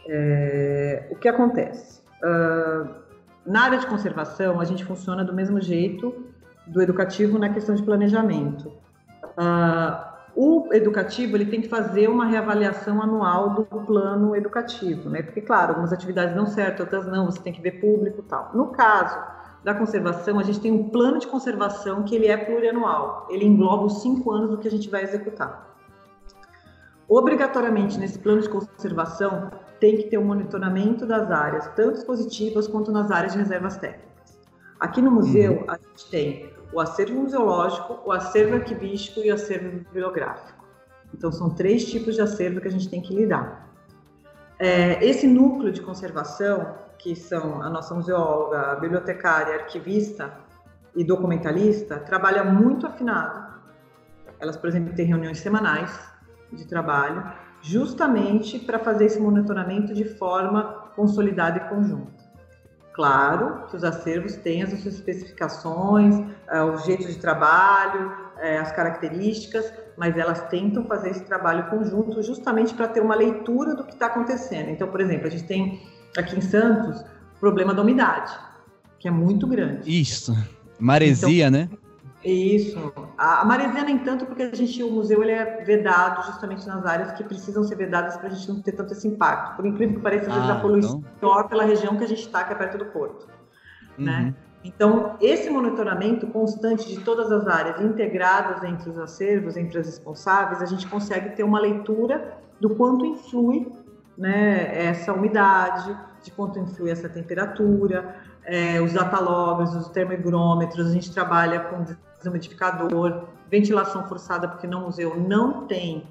É, o que acontece? Uh, na área de conservação, a gente funciona do mesmo jeito do educativo na questão de planejamento. Uh, o educativo ele tem que fazer uma reavaliação anual do plano educativo, né? Porque, claro, algumas atividades dão certo, outras não, você tem que ver público e tal. No caso da conservação, a gente tem um plano de conservação que ele é plurianual. Ele engloba os cinco anos do que a gente vai executar. Obrigatoriamente, nesse plano de conservação, tem que ter um monitoramento das áreas, tanto expositivas quanto nas áreas de reservas técnicas. Aqui no museu, uhum. a gente tem o acervo museológico, o acervo arquivístico e o acervo bibliográfico. Então, são três tipos de acervo que a gente tem que lidar. É, esse núcleo de conservação, que são a nossa museóloga, a bibliotecária, arquivista e documentalista, trabalha muito afinado. Elas, por exemplo, têm reuniões semanais de trabalho, justamente para fazer esse monitoramento de forma consolidada e conjunta. Claro que os acervos têm as suas especificações, o jeito de trabalho, as características, mas elas tentam fazer esse trabalho conjunto justamente para ter uma leitura do que está acontecendo. Então, por exemplo, a gente tem aqui em Santos o problema da umidade, que é muito grande.
Isso, maresia, então, né?
Isso. A maresia nem tanto, porque a gente, o museu ele é vedado justamente nas áreas que precisam ser vedadas para a gente não ter tanto esse impacto. Por incrível que pareça, às vezes
ah,
a poluição
então...
é pior pela região que a gente está, que é perto do porto.
Uhum.
Né? Então, esse monitoramento constante de todas as áreas integradas entre os acervos, entre as responsáveis, a gente consegue ter uma leitura do quanto influi, né, essa umidade, de quanto influi essa temperatura, é, os datalogs, os termohigrômetros, a gente trabalha com desumidificador, ventilação forçada, porque no museu não tem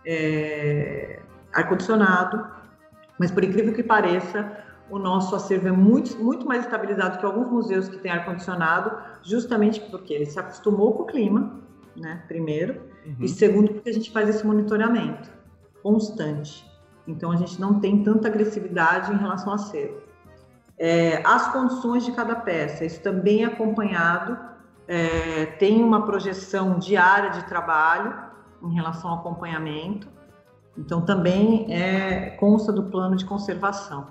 é, ar-condicionado, mas por incrível que pareça, o nosso acervo é muito, muito mais estabilizado que alguns museus que têm ar-condicionado, justamente porque ele se acostumou com o clima, né, primeiro, uhum. e segundo, porque a gente faz esse monitoramento constante. Então, a gente não tem tanta agressividade em relação ao acervo. É, as condições de cada peça, isso também é acompanhado, é, tem uma projeção diária de trabalho em relação ao acompanhamento, então também é, consta do plano de conservação.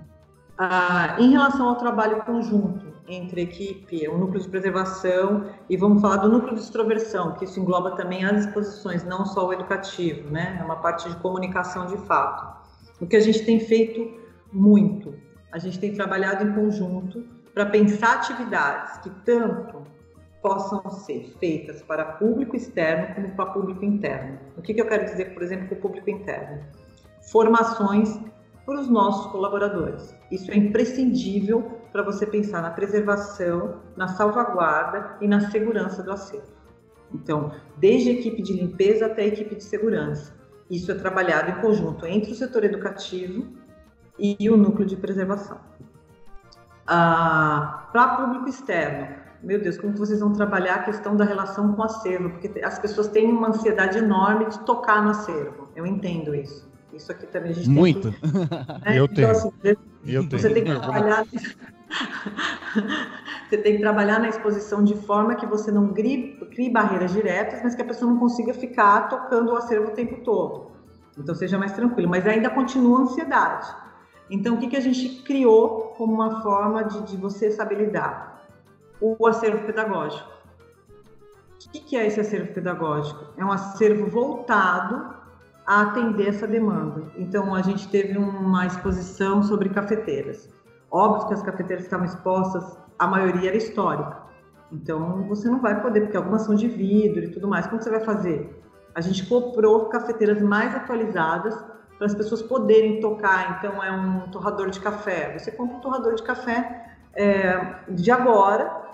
Ah, em relação ao trabalho conjunto entre a equipe, o núcleo de preservação, e vamos falar do núcleo de extroversão, que isso engloba também as exposições, não só o educativo, né? É uma parte de comunicação de fato. O que a gente tem feito muito, a gente tem trabalhado em conjunto para pensar atividades que tanto possam ser feitas para público externo como para público interno. O que, que eu quero dizer, por exemplo, com o público interno? Formações para os nossos colaboradores. Isso é imprescindível para você pensar na preservação, na salvaguarda e na segurança do acervo. Então, desde a equipe de limpeza até a equipe de segurança. Isso é trabalhado em conjunto entre o setor educativo e o núcleo de preservação. Ah, para público externo, meu Deus, como vocês vão trabalhar a questão da relação com o acervo? Porque as pessoas têm uma ansiedade enorme de tocar no acervo. Eu entendo isso. Isso aqui também a gente
Muito.
tem que...
Né? Eu
então,
tenho.
assim,
Eu
você
tenho.
tem que trabalhar... você tem que trabalhar na exposição de forma que você não crie, crie barreiras diretas, mas que a pessoa não consiga ficar tocando o acervo o tempo todo. Então seja mais tranquilo, mas ainda continua a ansiedade. Então o que, que a gente criou como uma forma de, de você saber lidar? O acervo pedagógico. O que, que é esse acervo pedagógico? É um acervo voltado a atender essa demanda. Então, a gente teve uma exposição sobre cafeteiras. Óbvio que as cafeteiras que estavam expostas, a maioria era histórica. Então, você não vai poder, porque algumas são de vidro e tudo mais. Como você vai fazer? A gente comprou cafeteiras mais atualizadas para as pessoas poderem tocar. Então, é um torrador de café. Você compra um torrador de café é, de agora,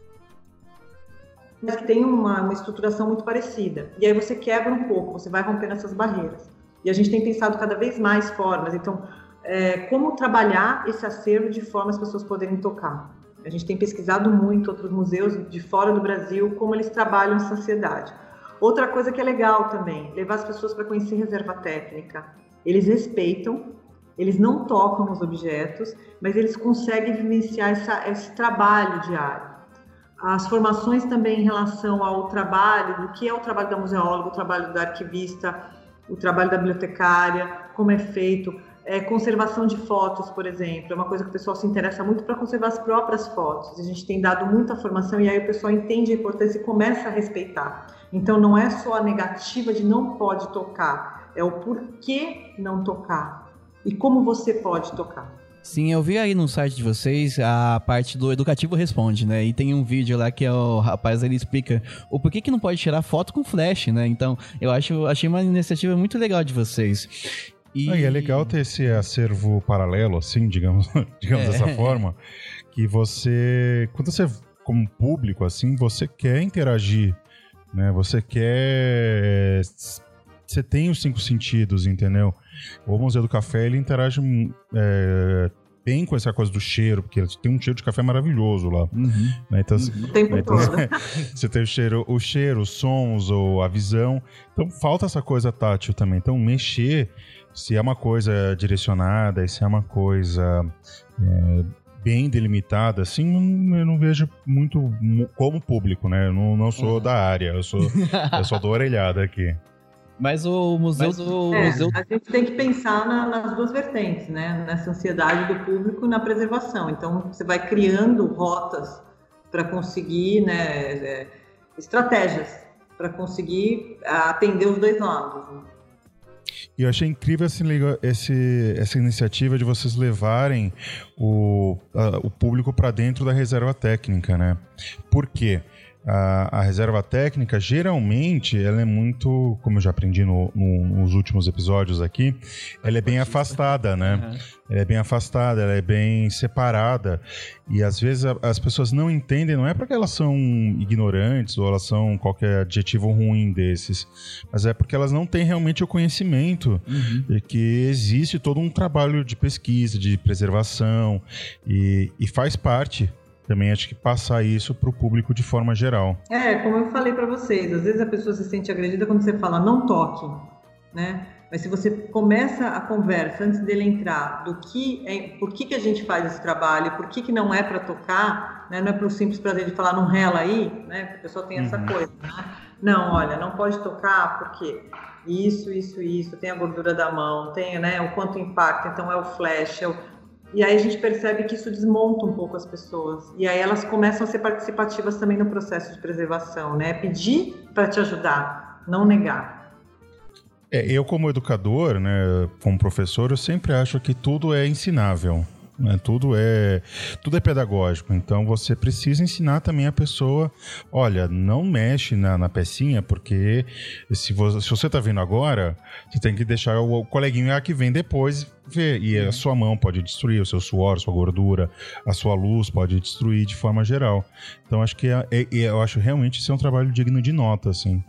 mas que tem uma, uma estruturação muito parecida. E aí você quebra um pouco, você vai rompendo essas barreiras. E a gente tem pensado cada vez mais formas. Então, é, como trabalhar esse acervo de forma as pessoas poderem tocar. A gente tem pesquisado muito outros museus de fora do Brasil, como eles trabalham essa ansiedade. Outra coisa que é legal também, levar as pessoas para conhecer reserva técnica. Eles respeitam, eles não tocam nos objetos, mas eles conseguem vivenciar essa, esse trabalho diário. As formações também em relação ao trabalho, do que é o trabalho da museóloga, o trabalho da arquivista, o trabalho da bibliotecária, como é feito, é, conservação de fotos, por exemplo, é uma coisa que o pessoal se interessa muito para conservar as próprias fotos. A gente tem dado muita formação e aí o pessoal entende a importância e começa a respeitar. Então não é só a negativa de não pode tocar, é o porquê não tocar e como você pode tocar.
Sim, eu vi aí no site de vocês a parte do Educativo Responde, né? E tem um vídeo lá que é o rapaz, ele explica o porquê que não pode tirar foto com flash, né? Então, eu acho, achei uma iniciativa muito legal de vocês. E...
Ah, e é legal ter esse acervo paralelo, assim, digamos, digamos é. dessa forma, que você, quando você, como público, assim, você quer interagir, né? Você quer... Você tem os cinco sentidos, entendeu? O Museu do Café, ele interage é, bem com essa coisa do cheiro, porque tem um cheiro de café maravilhoso lá.
Uhum.
Né? Então,
o tempo
né? Então,
todo.
você tem o cheiro, o cheiro, os sons ou a visão. Então falta essa coisa tátil também. Então mexer, se é uma coisa direcionada, se é uma coisa é, bem delimitada, assim, não, eu não vejo muito como público, né? Eu não, não sou uhum. da área, eu sou, eu só dou orelhada aqui.
Mas o museu
Mas,
do...
é,
museu...
A gente tem que pensar na, nas duas vertentes, né? Nessa ansiedade do público e na preservação. Então, você vai criando rotas para conseguir, né, é, estratégias para conseguir atender os dois lados. Né?
E eu achei incrível esse, esse, essa iniciativa de vocês levarem o, a, o público para dentro da reserva técnica, né? Por quê? A, a reserva técnica, geralmente, ela é muito, como eu já aprendi no, no, nos últimos episódios aqui, ela é bem afastada, né? Uhum. Ela é bem afastada, ela é bem separada. E às vezes a, as pessoas não entendem, não é porque elas são ignorantes ou elas são qualquer adjetivo ruim desses, mas é porque elas não têm realmente o conhecimento uhum. de que existe todo um trabalho de pesquisa, de preservação, e, e faz parte também, acho que passar isso para o público de forma geral.
É, como eu falei para vocês, às vezes a pessoa se sente agredida quando você fala não toque, né? Mas se você começa a conversa antes dele entrar do que é, por que, que a gente faz esse trabalho, por que, que não é para tocar, né? Não é para o simples prazer de falar não rela aí, né? Porque a pessoa tem essa uhum. coisa, né? Não, olha, não pode tocar porque isso, isso, isso, tem a gordura da mão, tem, né, o quanto impacta, então é o flash, é o... E aí a gente percebe que isso desmonta um pouco as pessoas. E aí elas começam a ser participativas também no processo de preservação, né? Pedir para te ajudar, não negar.
É, eu como educador, né, como professor, eu sempre acho que tudo é ensinável. Né? Tudo é, tudo é pedagógico, então você precisa ensinar também a pessoa, olha, não mexe na, na pecinha, porque se você, se você está vendo agora, você tem que deixar o, o coleguinha que vem depois ver, e a sua mão pode destruir, o seu suor, a sua gordura, a sua luz pode destruir de forma geral. Então acho que é, é, eu acho realmente isso é um trabalho digno de nota, assim.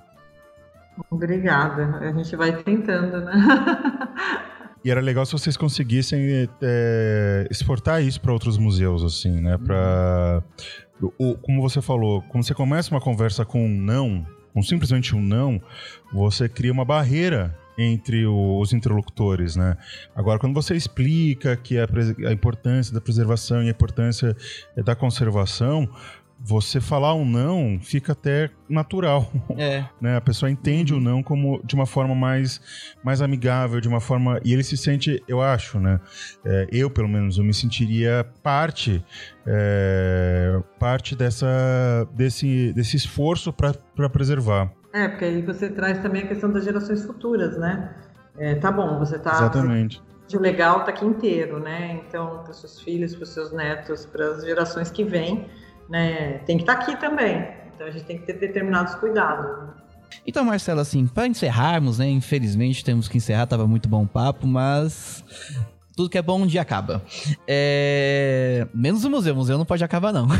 Obrigada, a gente vai tentando, né?
E era legal se vocês conseguissem é, exportar isso para outros museus, assim, né? Pra, o, como você falou, quando você começa uma conversa com um não, com simplesmente um não, você cria uma barreira entre o, os interlocutores, né? Agora, quando você explica que a, a importância da preservação e a importância da conservação, você falar um não fica até natural. É. Né? A pessoa entende uhum. o não como de uma forma mais, mais amigável, de uma forma... E ele se sente, eu acho, né? É, eu, pelo menos, eu me sentiria parte, é, parte dessa, desse, desse esforço para preservar.
É, porque aí você traz também a questão das gerações futuras, né? É, tá bom, você tá...
Exatamente.
De legal tá aqui inteiro, né? Então, para os seus filhos, para os seus netos, para as gerações que vêm, né, tem que estar aqui também. Então a gente tem que ter determinados cuidados. Né?
Então, Marcelo, assim, para encerrarmos, né, infelizmente temos que encerrar, tava muito bom o papo, mas tudo que é bom um dia acaba. É... Menos o museu, o museu não pode acabar não.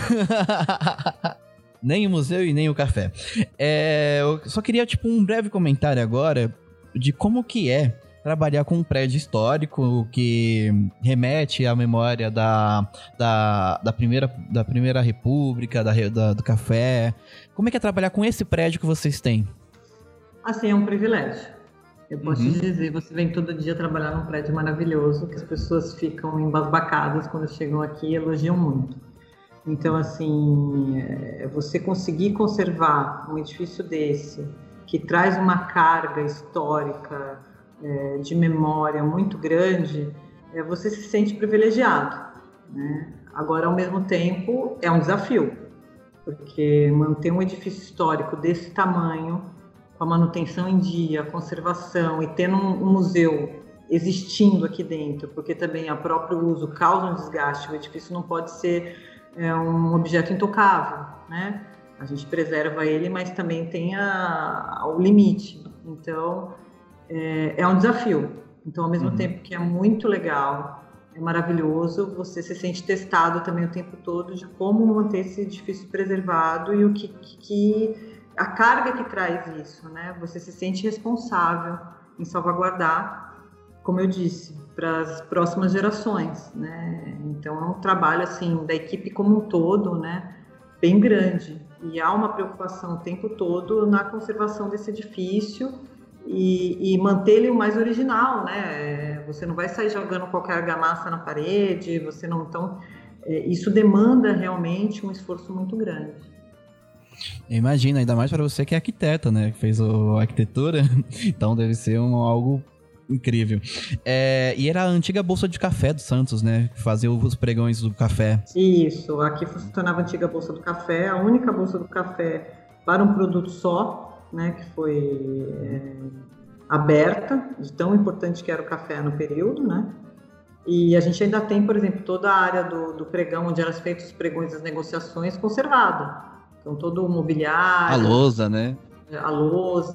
Nem o museu e nem o café. É... Eu só queria, tipo, um breve comentário agora de como que é trabalhar com um prédio histórico que remete à memória da, da, da, primeira, da primeira república, da, da, do café. Como é que é trabalhar com esse prédio que vocês têm?
Assim, é um privilégio. Eu posso
uhum.
te dizer, você vem todo dia trabalhar num prédio maravilhoso, que as pessoas ficam embasbacadas quando chegam aqui e elogiam muito. Então, assim, você conseguir conservar um edifício desse, que traz uma carga histórica, É, de memória muito grande, é, você se sente privilegiado, né? Agora, ao mesmo tempo, é um desafio, porque manter um edifício histórico desse tamanho, com a manutenção em dia, a conservação, e tendo um, um museu existindo aqui dentro, porque também a próprio uso causa um desgaste, o edifício não pode ser é, um objeto intocável, né? A gente preserva ele, mas também tem a, o limite. Então, É, é um desafio. Então, ao mesmo uhum. tempo que é muito legal, é maravilhoso, você se sente testado também o tempo todo de como manter esse edifício preservado e o que, que a carga que traz isso, né? Você se sente responsável em salvaguardar como eu disse, para as próximas gerações, né? Então é um trabalho assim da equipe como um todo, né? Bem grande, e há uma preocupação o tempo todo na conservação desse edifício e, e manter ele o mais original, né? Você não vai sair jogando qualquer argamassa na parede, você não, então é, isso demanda realmente um esforço muito grande.
Imagina, ainda mais para você que é arquiteta, né? Que fez o, a arquitetura, então deve ser um, algo incrível. É, e era a antiga Bolsa de Café do Santos, né? Fazia os pregões do café.
Isso, aqui funcionava a antiga Bolsa do Café, a única Bolsa do Café para um produto só, né? Que foi é, aberta, de tão importante que era o café no período, né? E a gente ainda tem, por exemplo, toda a área do, do pregão, onde eram feitos os pregões das negociações, conservada. Então, todo o mobiliário...
A lousa, né?
A lousa...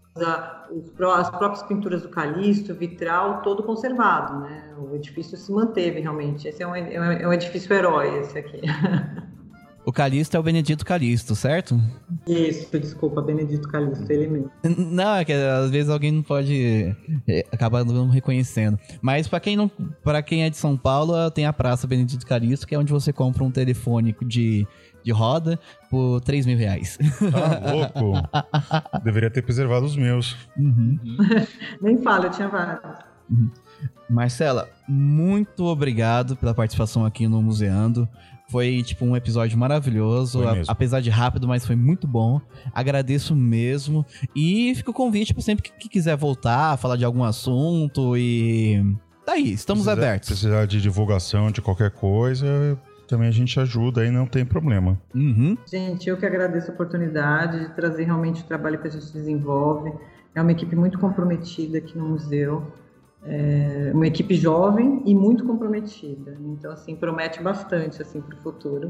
as próprias pinturas do Calixto, o vitral, todo conservado, né? O edifício se manteve realmente. Esse é um, é um edifício herói, esse aqui.
O Calixto é o Benedito Calixto, certo?
Isso, desculpa, Benedito Calixto, ele mesmo.
Não, é que às vezes alguém não pode é, acabar não reconhecendo. Mas para quem não, para quem é de São Paulo, tem a Praça Benedito Calixto, que é onde você compra um telefone de de roda por três mil reais.
Tá louco. Deveria ter preservado os meus.
Uhum.
Nem fala, eu tinha vários.
Uhum. Marcela, muito obrigado pela participação aqui no Museando. Foi, tipo, um episódio maravilhoso, a, apesar de rápido, mas foi muito bom. Agradeço mesmo. E fica o convite para sempre que, que quiser voltar, falar de algum assunto e... Daí, estamos
precisar,
abertos.
Se precisar de divulgação de qualquer coisa... Também a gente ajuda aí, não tem problema.
Uhum.
Gente, eu que agradeço a oportunidade de trazer realmente o trabalho que a gente desenvolve. É uma equipe muito comprometida aqui no museu. É uma equipe jovem e muito comprometida. Então, assim, promete bastante assim, para o futuro.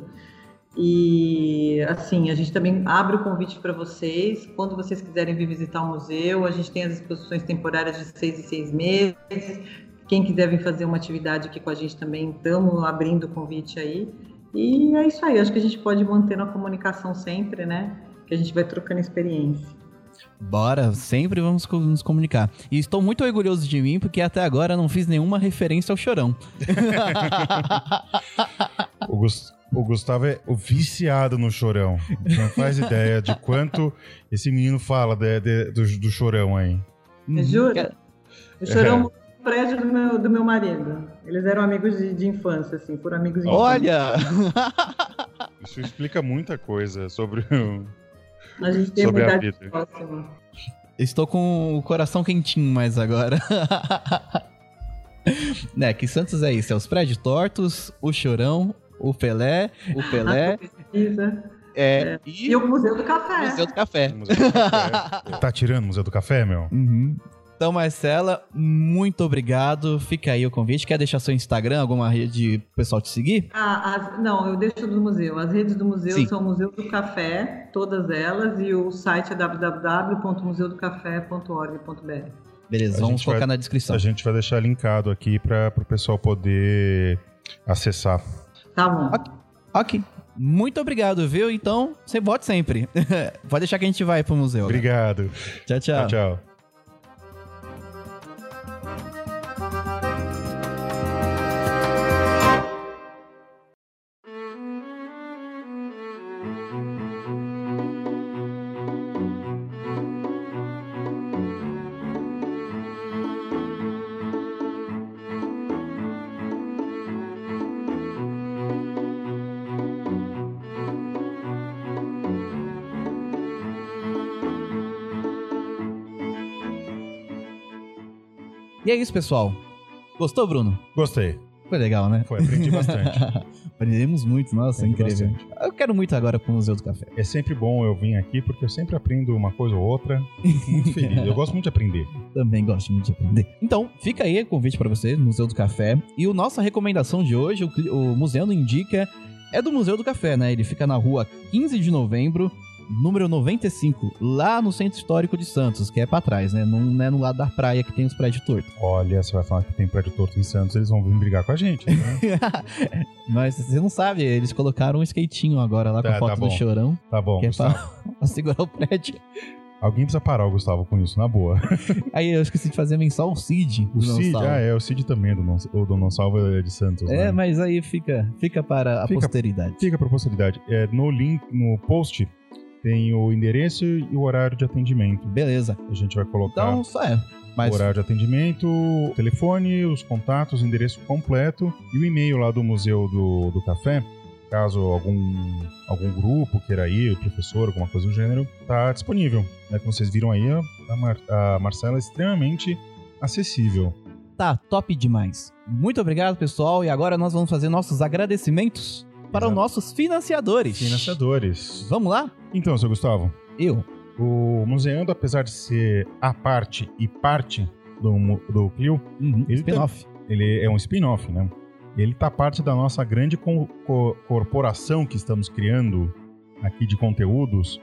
E, assim, a gente também abre o convite para vocês. Quando vocês quiserem vir visitar o museu, a gente tem as exposições temporárias de seis em seis meses. Quem quiser vir fazer uma atividade aqui com a gente também, estamos abrindo o convite aí. E é isso aí, acho que a gente pode manter a comunicação sempre, né? Que a gente vai trocando experiência.
Bora, sempre vamos nos comunicar. E estou muito orgulhoso de mim, porque até agora não fiz nenhuma referência ao Chorão.
o, Gust- o Gustavo é o viciado no Chorão. Não faz ideia de quanto esse menino fala de, de, do, do Chorão aí.
Uhum. Jura? O Chorão... É. Prédio do meu, do meu marido. Eles eram amigos de, de infância, assim, foram amigos de
Olha!
infância.
Isso explica muita coisa sobre o...
A gente tem
sobre
uma
a
idade
vida.
próxima.
Estou com o coração quentinho mais agora. Né, que Santos é isso, é os prédios tortos, o Chorão, o Pelé, o Pelé.
Pesquisa.
É,
é. E... e o Museu do Café.
Museu do Café.
Museu do Café. Tá tirando o Museu do Café, meu?
Uhum. Então, Marcela, muito obrigado. Fica aí o convite. Quer deixar seu Instagram, alguma rede pro pessoal te seguir?
Ah, as, não, eu deixo do museu. As redes do museu Sim. são Museu do Café, todas elas, e o site é w w w ponto museu do café ponto org ponto b r.
Beleza, a vamos colocar vai, na descrição.
A gente vai deixar linkado aqui para o pessoal poder acessar.
Tá bom.
Ok. okay. Muito obrigado, viu? Então, você volte sempre. Pode deixar que a gente vai pro museu.
Obrigado.
Né? Tchau, tchau.
Tchau, tchau.
E é isso, pessoal. Gostou, Bruno?
Gostei.
Foi legal, né?
Foi, aprendi bastante.
Aprendemos muito, nossa, aprendi incrível. Bastante. Eu quero muito agora pro Museu do Café.
É sempre bom eu vir aqui, porque eu sempre aprendo uma coisa ou outra. Fico muito feliz. Eu gosto muito de aprender.
Também gosto muito de aprender. Então, fica aí o convite para vocês, Museu do Café. E a nossa recomendação de hoje, o, o Museu Indica, é do Museu do Café, né? Ele fica na rua quinze de novembro, número noventa e cinco, lá no Centro Histórico de Santos, que é pra trás, né? Não, não é no lado da praia que tem os prédios tortos.
Olha, você vai falar que tem prédio torto em Santos, eles vão vir brigar com a gente, né?
Mas você não sabe, eles colocaram um skatinho agora lá tá, com a foto tá do Chorão.
Tá bom,
que é pra, pra segurar o prédio.
Alguém precisa parar o Gustavo com isso, na boa.
Aí eu esqueci de fazer menção ao Cid.
O
do Não
Cid,
Salva.
ah, é, o Cid também, do não, o do Não Salva é de Santos,
É,
né?
mas aí fica, fica para a
Fica-
posteridade.
Fica pra posteridade. É, no link, no post, tem o endereço e o horário de atendimento.
Beleza.
A gente vai colocar
Então, só é. Mas
o horário de atendimento, o telefone, os contatos, o endereço completo e o e-mail lá do Museu do, do Café. Caso algum, algum grupo queira ir, o professor, alguma coisa do gênero, tá disponível. Né? Como vocês viram aí, a, Mar- a Marcela é extremamente acessível.
tá top demais. Muito obrigado, pessoal. E agora nós vamos fazer nossos agradecimentos para os
Exato.
nossos financiadores.
Financiadores.
Vamos lá?
Então, seu Gustavo,
Eu.
o Museando, apesar de ser a parte e parte do, mu- do Clio,
Uhum.
Ele
Spin-off.
ele é um spin-off, né? Ele tá parte da nossa grande co- co- corporação que estamos criando aqui de conteúdos.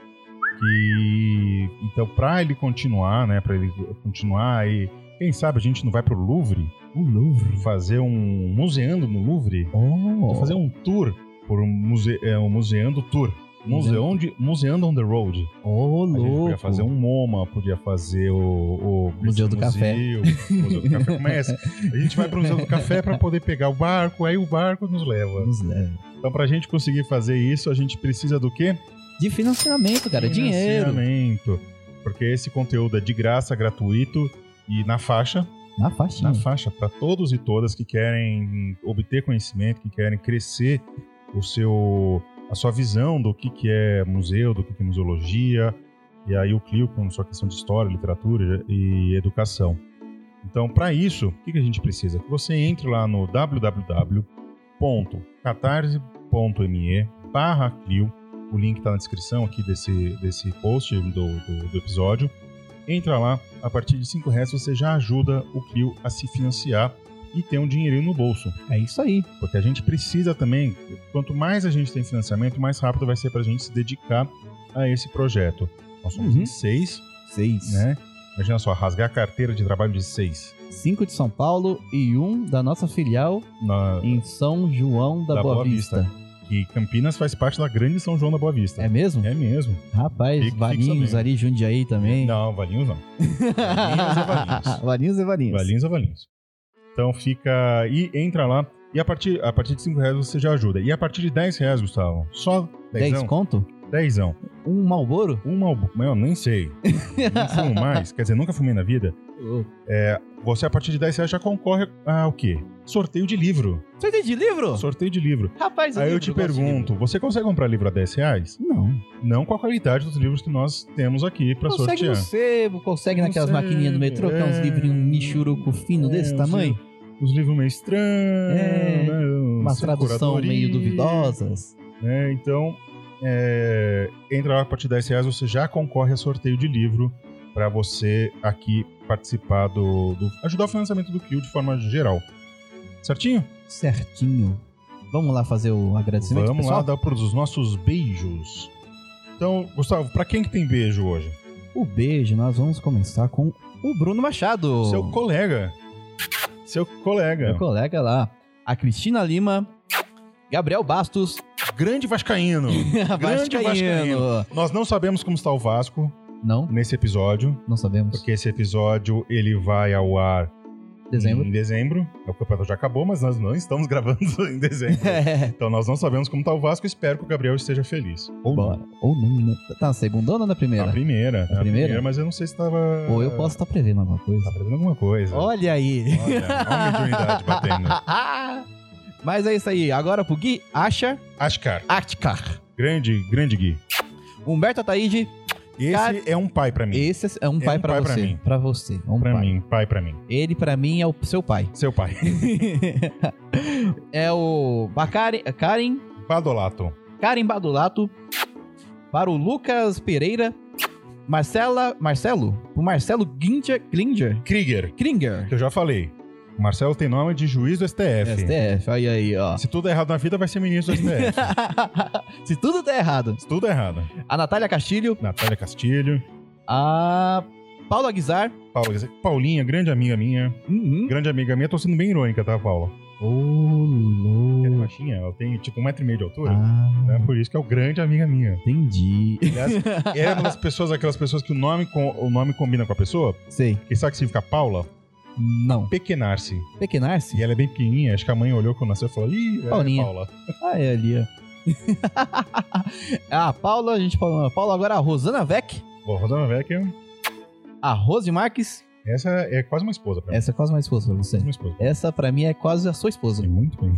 Que então, para ele continuar, né? Para ele continuar e quem sabe a gente não vai pro Louvre,
O Louvre.
fazer um museando no Louvre,
Oh.
fazer um tour por um, muse, é, um museando tour, museão de, museando on the road.
Ô,
A gente
louco.
podia fazer um MoMA, podia fazer o, o
Museu do
British
Café.
Museu, Museu do Café começa. A gente vai pro Museu do Café para poder pegar o barco, aí o barco nos leva.
Nos leva.
Então, pra gente conseguir fazer isso, a gente precisa do quê?
De financiamento, cara. Dinheiro.
Financiamento. Porque esse conteúdo é de graça, gratuito e na faixa.
Na faixinha.
Na faixa para todos e todas que querem obter conhecimento, que querem crescer o seu, a sua visão do que, que é museu, do que, que é museologia. E aí o Clio com sua questão de história, literatura e educação. Então, para isso, o que, que a gente precisa? Que você entre lá no w w w ponto catarse ponto m e barra Clio. O link está na descrição aqui desse, desse post do, do, do episódio. Entra lá, a partir de cinco reais você já ajuda o Clio a se financiar e ter um dinheirinho no bolso.
É isso aí.
Porque a gente precisa também, quanto mais a gente tem financiamento, mais rápido vai ser para a gente se dedicar a esse projeto. Nós somos
Uhum.
em seis,
Seis.
né? Imagina só, rasgar a carteira de trabalho de seis.
Cinco de São Paulo e um da nossa filial
Na,
em São João da, Boa, Vista.
Que Campinas faz parte da grande São João da Boa Vista.
É mesmo?
É mesmo.
Rapaz,
Fique- fique
Valinhos
sabendo.
ali, Jundiaí também.
Não, Valinhos não. Valinhos é Valinhos.
Valinhos é Valinhos.
Valinhos é Valinhos. Então fica... E entra lá. E a partir, a partir de cinco reais você já ajuda. E a partir de dez reais, Gustavo, só
dez
dezão?
conto?
Dezão.
Um Malboro?
Um Malboro. Eu nem sei. Não fumo mais. Quer dizer, nunca fumei na vida. Você, a partir de dez reais, já concorre ao quê? Sorteio de livro.
Sorteio de livro?
Sorteio de livro.
Rapaz,
Aí eu
livro,
te
gosto de
pergunto, você consegue comprar livro a dez reais?
livro. Não.
Não com a qualidade dos livros que nós temos aqui pra
Consegue
sortear.
no sebo, consegue naquelas
Consegue,
maquininhas do metrô, que é uns
é.
livrinhos michuruco fino
É,
desse
uns
tamanho.
Os livros meio estranhos,
É,
né?
Uma
Sem
tradução
curadoria,
meio duvidosas.
né? Então, é, entra lá a partir de dez reais, você já concorre a sorteio de livro para você aqui participar do, do... ajudar o financiamento do Clio de forma geral. Certinho?
Certinho. Vamos lá fazer o agradecimento,
Vamos
pessoal?
lá dar para os nossos beijos. Então, Gustavo, para quem que tem beijo hoje?
O beijo, nós vamos começar com o Bruno Machado.
Seu colega. Seu colega.
Meu colega lá. A Cristina Lima. Gabriel Bastos.
Grande Vascaíno. Grande Vascaíno. Nós não sabemos como está o Vasco
Não,
nesse episódio,
não sabemos.
porque esse episódio ele vai ao ar
Dezembro.
em dezembro. O campeonato já acabou, mas nós não estamos gravando em dezembro.
É.
Então nós não sabemos como está o Vasco. Espero que o Gabriel esteja feliz. Ou
Bora. Ou não, né? Tá na segunda ou na primeira?
Na primeira.
Na
Na
primeira?
primeira, mas eu não sei se estava...
Ou eu posso estar prevendo alguma coisa.
Tá prevendo alguma coisa.
Olha aí.
Olha, olha a mediunidade batendo.
Mas é isso aí. Agora pro Gui Asha
Ashkar.
Atkar.
Grande, grande Gui.
Humberto Ataíde.
Esse
Cara,
é um pai pra mim.
Esse é um pai
um
pra
pai pra
você.
mim.
Pra você. É um
Pra
pai.
mim, pai pra mim.
Ele, pra mim, é o seu pai.
Seu pai.
É o Bacari, Karen,
Badolato.
Karen Badulato. Para o Lucas Pereira. Marcela, Marcelo? O Marcelo Ginger, Klinger.
Krieger.
Klinger.
Que eu já falei. O Marcelo tem nome de juiz do S T F.
S T F, olha aí, ó.
Se tudo é errado na vida, vai ser ministro do S T F.
Se tudo der errado.
Se tudo é errado.
A Natália Castilho.
Natália Castilho.
A Paula Guizar.
Paula, Paulinha, grande amiga minha.
Uhum.
Grande amiga minha. Tô sendo bem irônica, tá, Paula?
Ô, louco.
Ela é baixinha, ela tem tipo um metro e meio de altura.
Ah,
Né? Por isso que é o grande amiga minha.
entendi.
Aliás, é uma das pessoas, aquelas pessoas que o nome, com, o nome combina com a pessoa.
Sei.
Quem sabe que significa Paula?
Não.
Pequenar-se.
Pequenar-se?
E ela é bem pequenininha. Acho que a mãe olhou quando nasceu e falou: ih, é
Paulinha.
Paula.
Ah, é ali, ó. Ah, a Paula, a gente falou. Paula, agora a Rosana Vec.
Bom, Rosana Vecchia,
A Rose Marques.
essa é quase uma esposa pra mim.
Essa é quase uma esposa pra você.
Quase uma esposa.
Essa pra mim é quase a sua esposa.
É muito bem.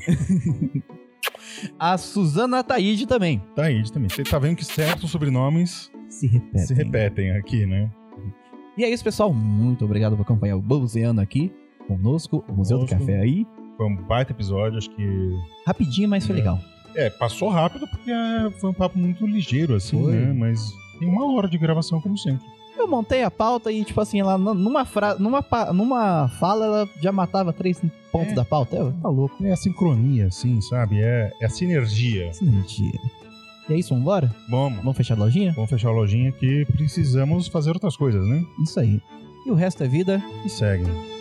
A Suzana Taíde também.
Taíde também. Você tá vendo que certos sobrenomes
Se repetem.
se repetem aqui, né?
E é isso, pessoal. Muito obrigado por acompanhar o Bolzeano aqui conosco, o Museu do
Conosco.
Café aí.
Foi um baita episódio, acho que...
Rapidinho, mas foi
É.
legal.
É, passou rápido porque é, foi um papo muito ligeiro, assim,
Foi.
né? Mas tem uma hora de gravação, como sempre.
Eu montei a pauta e, tipo assim, ela n- numa, fra... numa, pa- numa fala, ela já matava três pontos
É.
da pauta. É, tá louco.
É a sincronia, assim, sabe? É, é a sinergia.
Sinergia. E é isso, vambora?
Vamos,
Vamos fechar a lojinha?
vamos fechar a lojinha que precisamos fazer outras coisas, né?
Isso aí. E o resto é vida.
E segue.